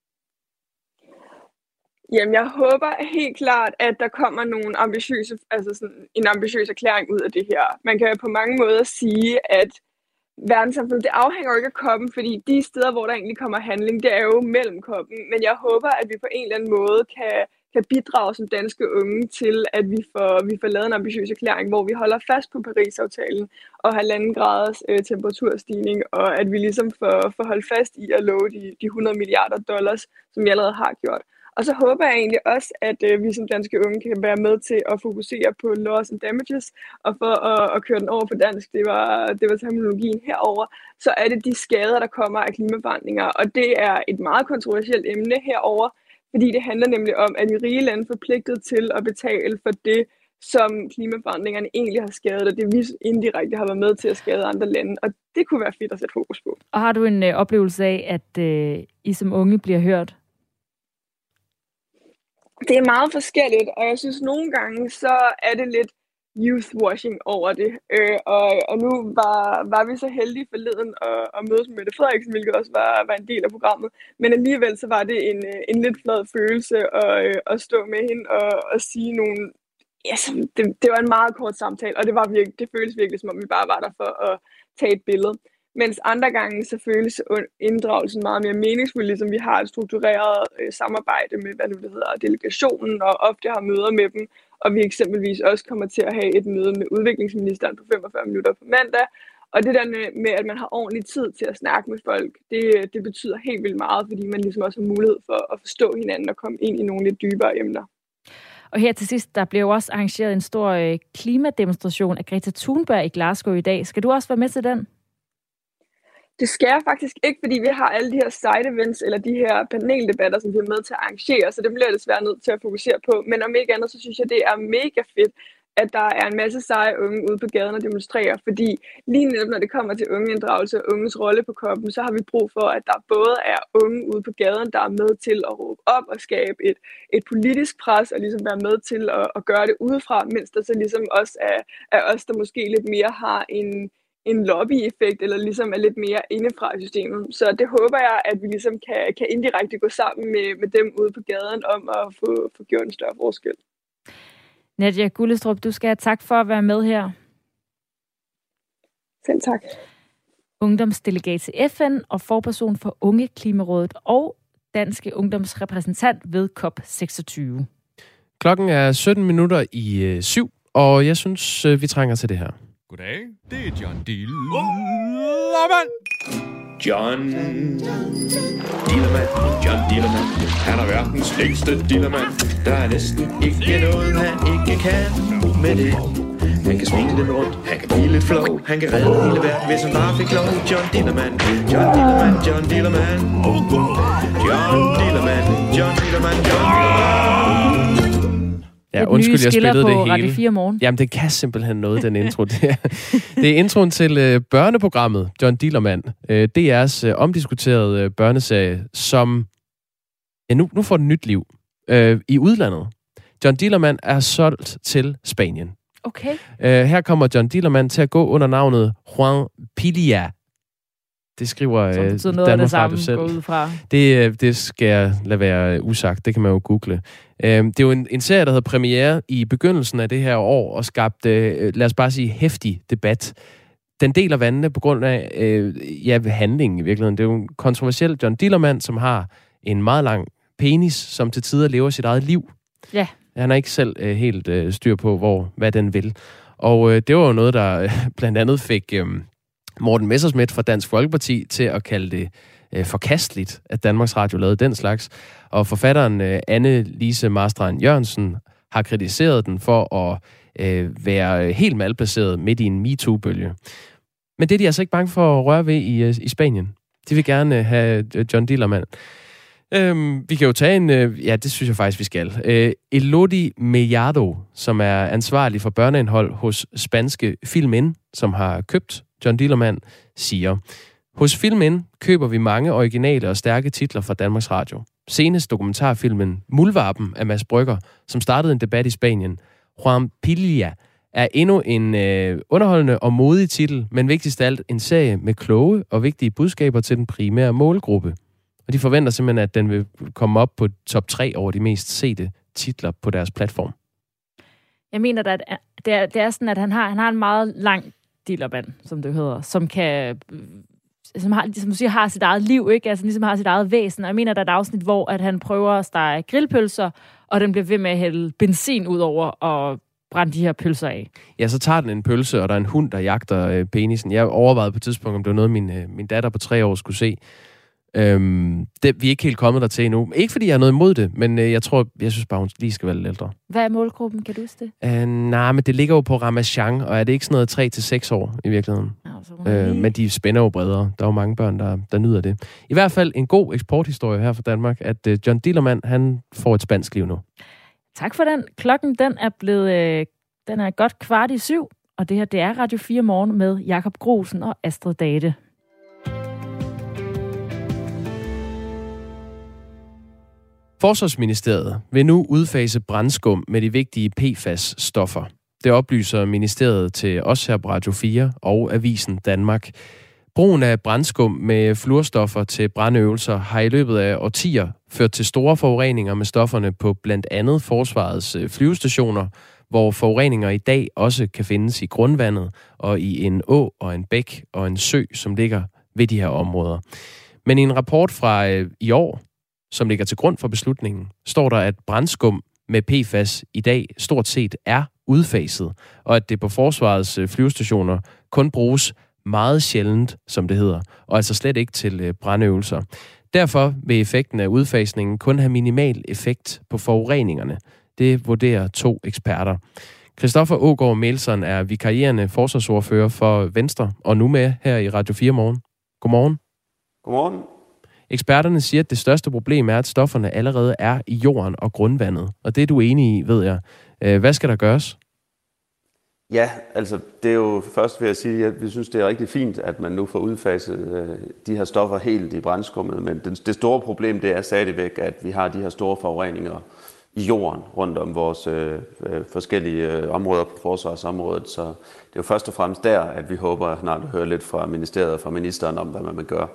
Jamen, jeg håber helt klart, at der kommer nogle ambitiøse, en ambitiøs erklæring ud af det her. Man kan på mange måder sige, at verdenssamfundet, det afhænger jo ikke af COP'en, fordi de steder, hvor der egentlig kommer handling, det er jo mellem COP'en. Men jeg håber, at vi på en eller anden måde kan bidrage som danske unge til, at vi får lavet en ambitiøs erklæring, hvor vi holder fast på Paris-aftalen og 1,5 graders temperaturstigning, og at vi ligesom får holdt fast i at love de $100 milliarder, som vi allerede har gjort. Og så håber jeg egentlig også, at vi som danske unge kan være med til at fokusere på loss and damages, og for at køre den over på dansk, det var terminologien herover, så er det de skader, der kommer af klimaforandringer. Og det er et meget kontroversielt emne herover, fordi det handler nemlig om, at de rige lande er forpligtet til at betale for det, som klimaforandringerne egentlig har skadet, og det vi indirekte har været med til at skade andre lande. Og det kunne være fedt at sætte fokus på. Og har du en oplevelse af, at I som unge bliver hørt? Det er meget forskelligt, og jeg synes nogle gange, så er det lidt youthwashing over det. Og nu var vi så heldige forleden at mødes med Mette Frederiksen, hvilket også var en del af programmet. Men alligevel så var det en lidt flad følelse at stå med hende og sige nogle... Altså, det var en meget kort samtale, og det føltes virkelig, som om vi bare var der for at tage et billede. Mens andre gange så føles inddragelsen meget mere meningsfuld, ligesom vi har et struktureret samarbejde med, delegationen, og ofte har møder med dem, og vi eksempelvis også kommer til at have et møde med udviklingsministeren på 45 minutter på mandag. Og det der med, at man har ordentlig tid til at snakke med folk, det betyder helt vildt meget, fordi man ligesom også har mulighed for at forstå hinanden og komme ind i nogle lidt dybere emner. Og her til sidst, der bliver jo også arrangeret en stor klimademonstration af Greta Thunberg i Glasgow i dag. Skal du også være med til den? Det skal jeg faktisk ikke, fordi vi har alle de her side events, eller de her paneldebatter, som vi er med til at arrangere, så det bliver jeg desværre nødt til at fokusere på. Men om ikke andet, så synes jeg, det er mega fedt, at der er en masse seje unge ude på gaden og demonstrerer, fordi lige netop når det kommer til ungeinddragelse og unges rolle på COP'en, så har vi brug for, at der både er unge ude på gaden, der er med til at råbe op og skabe et politisk pres, og ligesom være med til at gøre det udefra, mens der så ligesom også er os, der måske lidt mere har en lobby-effekt, eller ligesom er lidt mere indefra i systemet. Så det håber jeg, at vi ligesom kan indirekte gå sammen med dem ude på gaden om at få gjort en større forskel. Nadia Gullestrup, du skal have tak for at være med her. Selv tak. Ungdomsdelegat til FN og forperson for Ungeklimarådet og danske ungdomsrepræsentant ved COP26. Klokken er 17 minutter i 7, og jeg synes, vi trænger til det her. Goddag, det er John Dillermand. John Dillermand, John Dillermand. Han er verdens længste dillermand. Der er næsten ikke noget, han ikke kan med det. Han kan smile lidt rundt, han kan blive lidt flov. Han kan redde hele verden, hvis han bare fik lov. John Dillermand, John Dillermand, John Dillermand. John Dillermand, John Dillermand, John Dillermand. Ja, undskyld, jeg spillede det hele. Radio 4 Morgen. Jamen, det kan simpelthen noget, den intro. Det er introen til børneprogrammet John Dillermand. DR's omdiskuterede børneserie, som nu får den nyt liv i udlandet. John Dillermand er solgt til Spanien. Okay. Her kommer John Dillermand til at gå under navnet Juan Pilia. Det skriver Danmarks Radio selv. Det skal jeg lade være usagt. Det kan man jo google. Det er jo en serie, der havde premiere i begyndelsen af det her år, og skabte, lad os bare sige, heftig debat. Den deler vandene på grund af handlingen i virkeligheden. Det er jo en kontroversiel John Dillermand, som har en meget lang penis, som til tider lever sit eget liv. Ja. Han har ikke selv helt styr på, hvad den vil. Og det var jo noget, der blandt andet fik Morten Messerschmidt fra Dansk Folkeparti til at kalde det forkasteligt, at Danmarks Radio lavede den slags. Og forfatteren Anne-Lise Marstrand Jørgensen har kritiseret den for at være helt malplaceret midt i en MeToo-bølge. Men det er de altså ikke bange for at røre ved i Spanien. De vil gerne have John Dillermand. Vi kan jo tage en... ja, det synes jeg faktisk, vi skal. Elodie Mellado, som er ansvarlig for børneindhold hos spanske Filmin, som har købt John Dillermand, siger: hos Filmin køber vi mange originale og stærke titler fra Danmarks Radio. Senest dokumentarfilmen Muldvarpen af Mads Brygger, som startede en debat i Spanien. Juan Pilla er endnu en underholdende og modig titel, men vigtigst af alt en serie med kloge og vigtige budskaber til den primære målgruppe. Og de forventer simpelthen, at den vil komme op på top 3 over de mest sete titler på deres platform. Jeg mener, at det er sådan, at han har en meget lang dillermand, som det hedder, som har sit eget liv, ikke? Altså ligesom har sit eget væsen. Og jeg mener, der er et afsnit, hvor at han prøver at stege grillpølser, og den bliver ved med at hælde benzin ud over og brænde de her pølser af. Ja, så tager den en pølse, og der er en hund, der jagter penisen. Jeg overvejede på et tidspunkt, om det var noget, min datter på 3 år skulle se. Vi er ikke helt kommet der til endnu. Ikke fordi jeg har noget imod det, men jeg synes bare, hun lige skal være lidt ældre. Hvad er målgruppen? Kan du huske det? Nej, men det ligger jo på Ramachan, og er det ikke sådan noget 3-6 år i virkeligheden? Men de spænder jo bredere. Der er jo mange børn, der nyder det. I hvert fald en god eksporthistorie her fra Danmark, at John Dillermand, han får et spansk liv nu. Tak for den. Klokken, den er godt 6:15, og det her, det er Radio 4 Morgen med Jakob Grosen og Astrid Date. Forsvarsministeriet vil nu udfase brandskum med de vigtige PFAS-stoffer. Det oplyser ministeriet til os her på Radio 4 og Avisen Danmark. Brugen af brandskum med fluorstoffer til brandøvelser har i løbet af årtier ført til store forureninger med stofferne på blandt andet forsvarets flyvestationer, hvor forureninger i dag også kan findes i grundvandet og i en å og en bæk og en sø, som ligger ved de her områder. Men i en rapport fra i år, som ligger til grund for beslutningen, står der, at brandskum med PFAS i dag stort set er udfaset, og at det på forsvarets flyvestationer kun bruges meget sjældent, som det hedder, og altså slet ikke til brandøvelser. Derfor vil effekten af udfasningen kun have minimal effekt på forureningerne. Det vurderer 2 eksperter. Christoffer Aagaard Melson er vikarierende forsvarsordfører for Venstre, og nu med her i Radio 4 Morgen. Godmorgen. Godmorgen. Eksperterne siger, at det største problem er, at stofferne allerede er i jorden og grundvandet. Og det er du enig i, ved jeg. Hvad skal der gøres? Ja, altså det er jo først vil jeg sige, at vi synes, det er rigtig fint, at man nu får udfaset de her stoffer helt i brandskummet. Men det store problem, det er stadigvæk, at vi har de her store forureninger i jorden rundt om vores forskellige områder på forsvarsområdet. Så det er jo først og fremmest der, at vi håber snart at høre lidt fra ministeriet og fra ministeren om, hvad man vil gøre.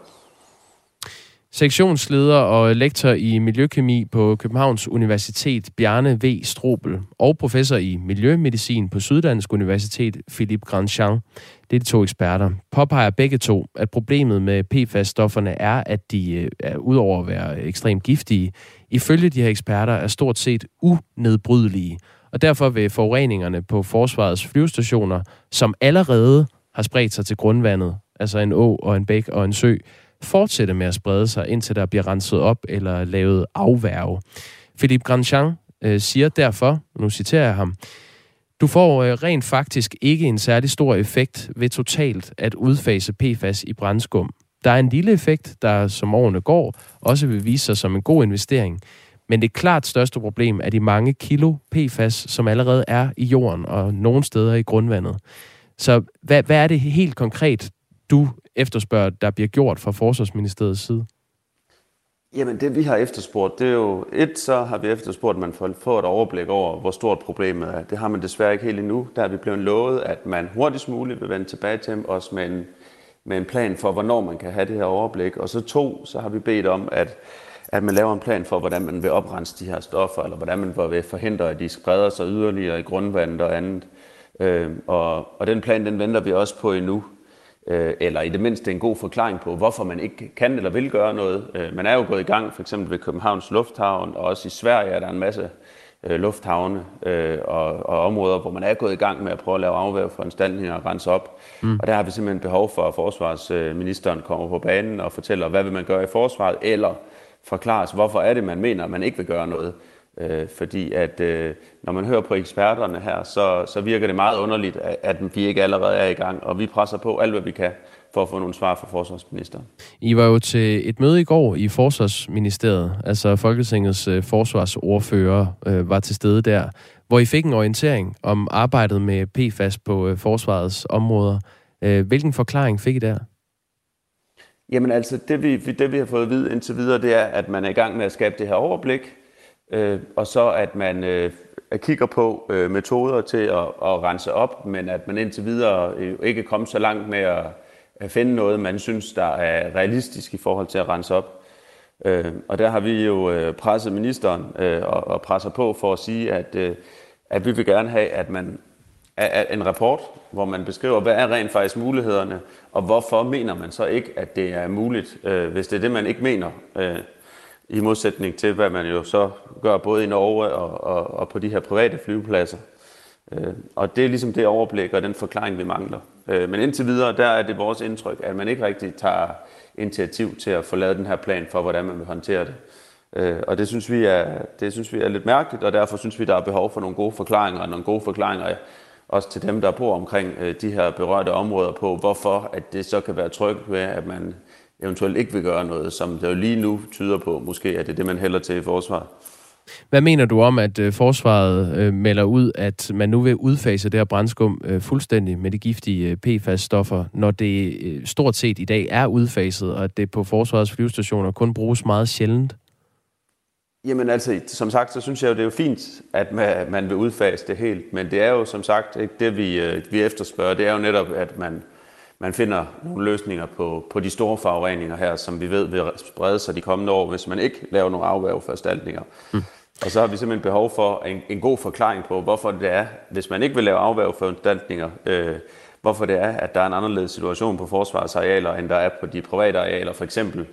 Sektionsleder og lektor i miljøkemi på Københavns Universitet, Bjarne V. Strobel, og professor i miljømedicin på Syddansk Universitet, Philippe Grandjean, det er de 2 eksperter, påpeger begge 2, at problemet med PFAS-stofferne er, at de udover at være ekstremt giftige, ifølge de her eksperter er stort set unedbrydelige. Og derfor vil forureningerne på forsvarets flyvestationer, som allerede har spredt sig til grundvandet, altså en å og en bæk og en sø, fortsætte med at sprede sig, indtil der bliver renset op eller lavet afværge. Philippe Grandjean siger derfor, nu citerer jeg ham, du får rent faktisk ikke en særlig stor effekt ved totalt at udfase PFAS i brandskum. Der er en lille effekt, der som årene går, også vil vise sig som en god investering. Men det klart største problem er de mange kilo PFAS, som allerede er i jorden og nogle steder i grundvandet. Så hvad er det helt konkret, du efterspørger, der bliver gjort fra Forsvarsministeriets side? Jamen det vi har efterspurgt, det er jo så har vi efterspurgt, at man får et overblik over, hvor stort problemet er. Det har man desværre ikke helt endnu. Der er vi blevet lovet, at man hurtigst muligt vil vende tilbage til os med en plan for, hvornår man kan have det her overblik. Og så har vi bedt om, at man laver en plan for, hvordan man vil oprense de her stoffer, eller hvordan man vil forhindre, at de spreder sig yderligere i grundvandet og andet. Og den plan, den venter vi også på endnu. Eller i det mindste en god forklaring på, hvorfor man ikke kan eller vil gøre noget. Man er jo gået i gang, for eksempel ved Københavns Lufthavn, og også i Sverige er der en masse lufthavne og områder, hvor man er gået i gang med at prøve at lave afværgeforanstaltninger og rense op. Og der har vi simpelthen behov for, at forsvarsministeren kommer på banen og fortæller, hvad vil man gøre i forsvaret, eller forklares, hvorfor er det, man mener, at man ikke vil gøre noget. Fordi at når man hører på eksperterne her, så virker det meget underligt, at vi ikke allerede er i gang, og vi presser på alt, hvad vi kan for at få nogle svar fra forsvarsministeren. I var jo til et møde i går i Forsvarsministeriet, altså Folketingets forsvarsordfører var til stede der, hvor I fik en orientering om arbejdet med PFAS på forsvarets områder. Hvilken forklaring fik I der? Jamen altså, det vi har fået at vide indtil videre, det er, at man er i gang med at skabe det her overblik, og så at man kigger på metoder til at rense op, men at man indtil videre ikke er kommet så langt med at finde noget, man synes, der er realistisk i forhold til at rense op. Og der har vi jo presset ministeren og presser på for at sige, at vi vil gerne have, at man en rapport, hvor man beskriver, hvad er rent faktisk mulighederne, og hvorfor mener man så ikke, at det er muligt, hvis det er det, man ikke mener, i modsætning til, hvad man jo så gør både i Norge og på de her private flyvepladser. Og det er ligesom det overblik og den forklaring, vi mangler. Men indtil videre, der er det vores indtryk, at man ikke rigtig tager initiativ til at få lavet den her plan for, hvordan man vil håndtere det. Og det synes vi er lidt mærkeligt, og derfor synes vi, der er behov for nogle gode forklaringer, også til dem, der bor omkring de her berørte områder på, hvorfor at det så kan være trygt ved, at man eventuelt ikke vil gøre noget, som det jo lige nu tyder på, måske er det det, man hælder til i forsvaret. Hvad mener du om, at forsvaret melder ud, at man nu vil udfase det her brandskum fuldstændig med de giftige PFAS-stoffer, når det stort set i dag er udfaset, og at det på forsvarets flyvestationer kun bruges meget sjældent? Jamen altså, som sagt, så synes jeg jo, det er jo fint, at man vil udfase det helt, men det er jo som sagt ikke det, vi efterspørger. Det er jo netop, at man finder nogle løsninger på de store forureninger her, som vi ved vil sprede sig de kommende år, hvis man ikke laver nogle afværgeforanstaltninger. Og så har vi simpelthen behov for en god forklaring på, hvorfor det er, hvis man ikke vil lave afværgeforanstaltninger, hvorfor det er, at der er en anderledes situation på forsvarsarealer, end der er på de private arealer, for eksempel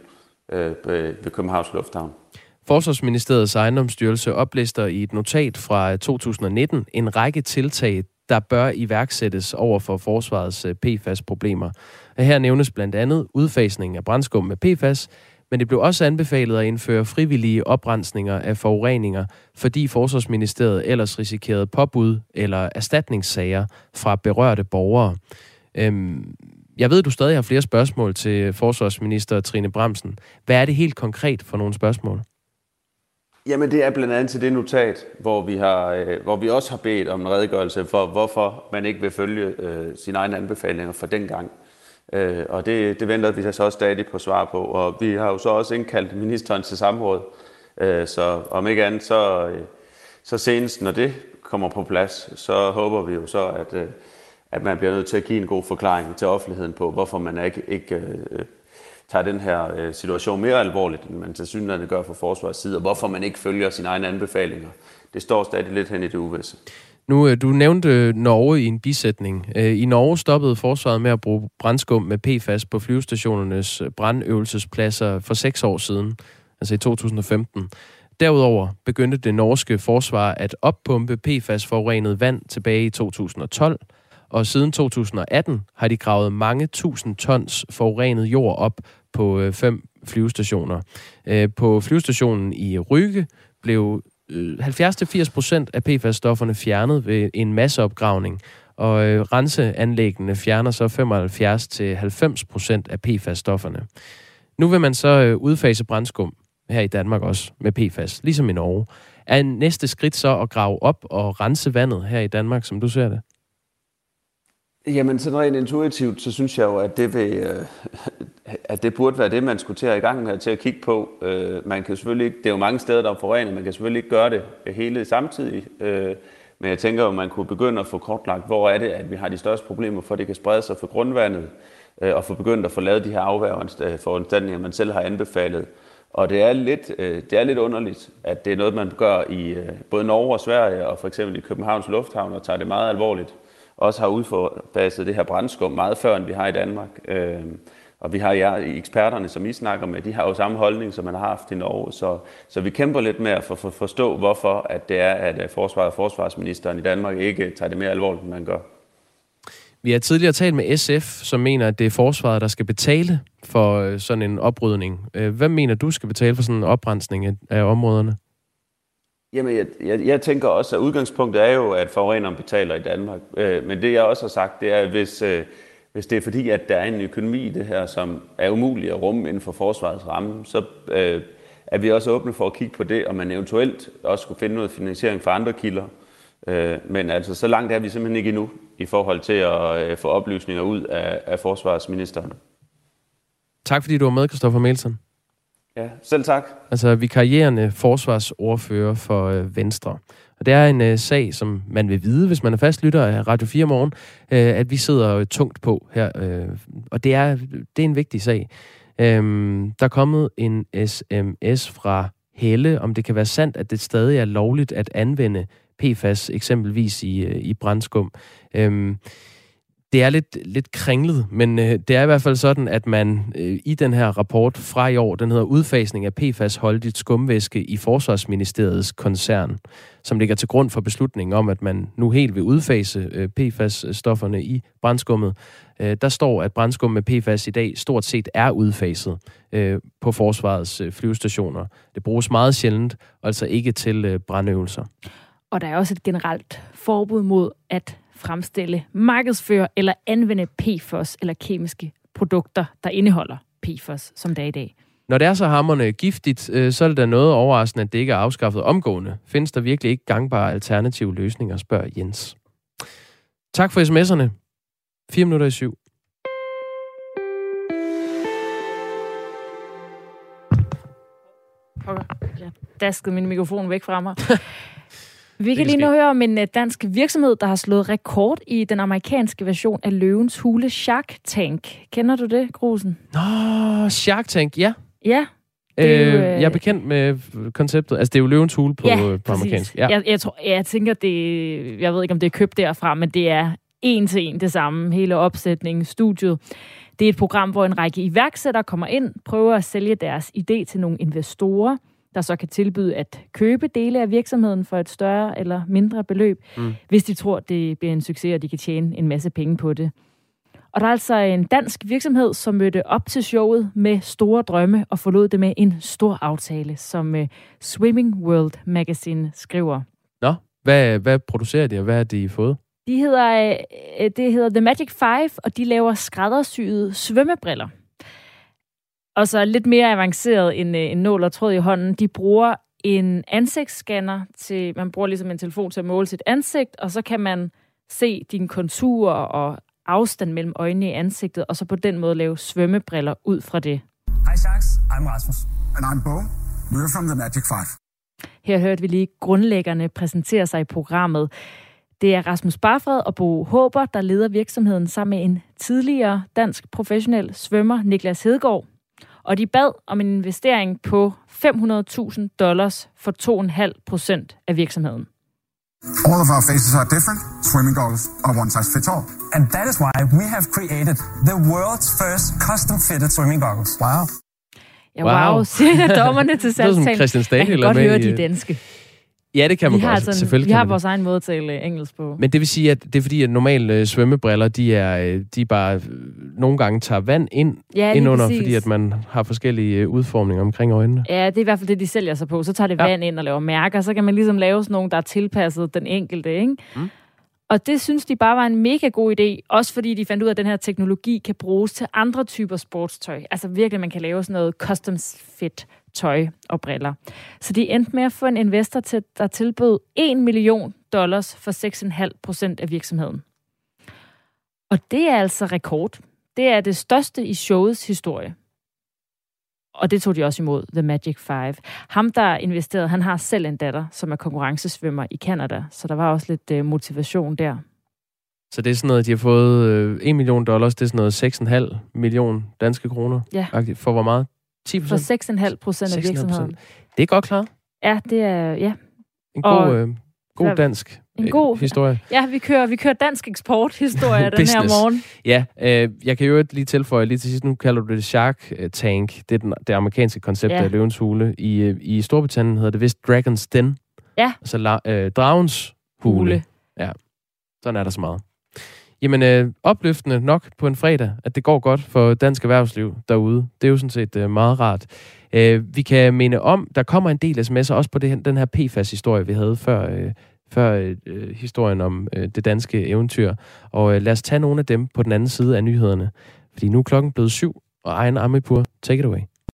ved Københavns Lufthavn. Forsvarsministeriets ejendomsstyrelse oplister i et notat fra 2019 en række tiltag, der bør iværksættes over for forsvarets PFAS-problemer. Her nævnes blandt andet udfasning af brandskum med PFAS, men det blev også anbefalet at indføre frivillige oprensninger af forureninger, fordi Forsvarsministeriet ellers risikerede påbud eller erstatningssager fra berørte borgere. Jeg ved, du stadig har flere spørgsmål til forsvarsminister Trine Bramsen. Hvad er det helt konkret for nogle spørgsmål? Jamen det er blandt andet til det notat, hvor vi også har bedt om en redegørelse for, hvorfor man ikke vil følge sine egne anbefalinger fra dengang. Og det venter vi så også stadig på svar på. Og vi har jo så også indkaldt ministeren til samråd. Så om ikke andet, så senest når det kommer på plads, så håber vi jo så, at man bliver nødt til at give en god forklaring til offentligheden på, hvorfor man ikke tager den her situation mere alvorligt, end man tilsyneladende gør fra forsvarets side, og hvorfor man ikke følger sine egne anbefalinger. Det står stadig lidt hen i det uvisse. Du nævnte Norge i en bisætning. I Norge stoppede forsvaret med at bruge brandskum med PFAS på flyvestationernes brandøvelsespladser for 6 år siden, altså i 2015. Derudover begyndte det norske forsvar at oppumpe PFAS-forurenet vand tilbage i 2012, og siden 2018 har de gravet mange tusind tons forurenet jord op på 5 flyvestationer. På flyvestationen i Rügen blev 70-80% af PFAS-stofferne fjernet ved en masseopgravning, og renseanlæggene fjerner så 75-90% af PFAS-stofferne. Nu vil man så udfase brandskum her i Danmark også med PFAS, ligesom i Norge. Er næste skridt så at grave op og rense vandet her i Danmark, som du ser det? Jamen, sådan rent intuitivt, så synes jeg jo, at det burde være det, man skulle til at i gang med til at kigge på. Man kan selvfølgelig ikke, det er jo mange steder, der er forurenet, man kan selvfølgelig ikke gøre det hele samtidig. Men jeg tænker jo, man kunne begynde at få kortlagt, hvor er det, at vi har de største problemer, for det kan sprede sig for grundvandet, og få begyndt at få lavet de her afværgeforanstaltninger, man selv har anbefalet. Og det er lidt underligt, at det er noget, man gør i både Norge og Sverige, og for eksempel i Københavns Lufthavn, og tager det meget alvorligt. Også har udfaset det her brandskum meget før, end vi har i Danmark. Og vi har eksperterne, som I snakker med, de har jo samme holdning, som man har haft i Norge. Så vi kæmper lidt med at forstå, hvorfor at det er, at forsvaret og forsvarsministeren i Danmark ikke tager det mere alvorligt, end man gør. Vi har tidligere talt med SF, som mener, at det er forsvaret, der skal betale for sådan en oprydning. Hvad mener du skal betale for sådan en oprensning af områderne? Jamen, jeg tænker også, at udgangspunktet er jo, at forureneren betaler i Danmark. Men det, jeg også har sagt, det er, at hvis det er fordi, at der er en økonomi i det her, som er umulig at rumme inden for forsvarets ramme, så er vi også åbne for at kigge på det, og man eventuelt også skulle finde noget finansiering fra andre kilder. Men altså, så langt er vi simpelthen ikke endnu i forhold til at få oplysninger ud af forsvarsministeren. Tak fordi du var med, Christoffer Melson. Ja, selv tak. Altså vikarierende forsvarsordfører for Venstre. Og det er en sag, som man vil vide, hvis man er fastlytter af Radio 4 Morgen, at vi sidder tungt på her. Og det er en vigtig sag. Der er kommet en sms fra Helle, om det kan være sandt, at det stadig er lovligt at anvende PFAS, eksempelvis i brandskum. Det er lidt kringlet, men det er i hvert fald sådan, at man i den her rapport fra i år, den hedder Udfasning af PFAS-holdigt skumvæske i Forsvarsministeriets koncern, som ligger til grund for beslutningen om, at man nu helt vil udfase PFAS-stofferne i brandskummet. Der står, at brandskum med PFAS i dag stort set er udfaset på forsvarets flyvestationer. Det bruges meget sjældent, altså ikke til brandøvelser. Og der er også et generelt forbud mod at fremstille, markedsføre eller anvende PFAS eller kemiske produkter, der indeholder PFAS, som det er i dag. Når det er så hamrende giftigt, så er det da noget overraskende, at det ikke er afskaffet omgående. Findes der virkelig ikke gangbare alternative løsninger, spørger Jens. Tak for sms'erne. 7:04. Jeg daskede min mikrofon væk fra mig. Vi kan lige nu høre om en dansk virksomhed, der har slået rekord i den amerikanske version af Løvens Hule, Shark Tank. Kender du det, Grusen? Nå, Shark Tank, ja. Ja. Jeg er bekendt med konceptet. Altså, det er jo Løvens Hule på amerikansk. Ja, jeg tænker, jeg ved ikke, om det er købt derfra, men det er en til en det samme. Hele opsætningen, studiet. Det er et program, hvor en række iværksættere kommer ind, prøver at sælge deres idé til nogle investorer, der så kan tilbyde at købe dele af virksomheden for et større eller mindre beløb, hvis de tror, det bliver en succes, og de kan tjene en masse penge på det. Og der er altså en dansk virksomhed, som mødte op til showet med store drømme og forlod det med en stor aftale, som Swimming World Magazine skriver. Nå, hvad producerer de, og hvad har de fået? Det hedder The Magic 5, og de laver skræddersyede svømmebriller. Og så lidt mere avanceret end en nål og tråd i hånden. De bruger en ansigtsscanner til, man bruger ligesom en telefon til at måle sit ansigt, og så kan man se dine konturer og afstand mellem øjnene i ansigtet, og så på den måde lave svømmebriller ud fra det. Hi Sharks, I'm Rasmus. And I'm Bo. We're from The Magic 5. Her hørte vi lige grundlæggerne præsentere sig i programmet. Det er Rasmus Barfred og Bo Håber, der leder virksomheden sammen med en tidligere dansk professionel svømmer, Niklas Hedegaard. Og de bad om en investering på $500,000 for 2,5% af virksomheden. All of our faces are different. Swimming goggles are one size fits all. And that is why we have created the world's first custom-fitted swimming goggles. Wow. Ja, wow, siger dommerne til salgstalen. Det er som Christian Stadil. Man kan godt høre de danske. Ja, det kan man godt. Selvfølgelig vi har vores egen måde at tale engelsk på. Men det vil sige, at det er fordi, at normale svømmebriller, de bare nogle gange tager vand indunder, fordi at man har forskellige udformninger omkring øjnene. Ja, det er i hvert fald det, de sælger sig på. Så tager det vand ind og laver mærker, så kan man ligesom lave sådan nogle, der er tilpasset den enkelte, ikke? Og det synes de bare var en mega god idé, også fordi de fandt ud af, at den her teknologi kan bruges til andre typer sportstøj. Altså virkelig, man kan lave sådan noget custom fit tøj og briller. Så de endte med at få en investor til, der tilbød $1 million for 6,5% af virksomheden. Og det er altså rekord. Det er det største i showets historie. Og det tog de også imod, The Magic 5. Ham, der investerede, han har selv en datter, som er konkurrencesvømmer i Canada, så der var også lidt motivation der. Så det er sådan noget, de har fået $1 million, det er sådan noget 6,5 million danske kroner. Ja. For hvor meget? 10%? For 6,5% af virksomheden. Det er godt klaret. Ja, det er, ja. En god dansk En god historie. Ja, vi kører dansk eksporthistorie den her morgen. Ja, jeg kan jo lige tilføje lige til sidst, nu kalder du det Shark Tank. Det er det amerikanske koncept af Løvens Hule. I Storbritannien hedder det vist Dragon's Den. Ja. Altså Dragens Hule. Ja, sådan er der så meget. Jamen, opløftende nok på en fredag, at det går godt for dansk erhvervsliv derude. Det er jo sådan set meget rart. Vi kan minde om, der kommer en del sms'er også på den her PFAS-historie, vi havde før historien om det danske eventyr. Og lad os tage nogle af dem på den anden side af nyhederne. Fordi nu er klokken blevet 7, og Ejner Amipur, take it away.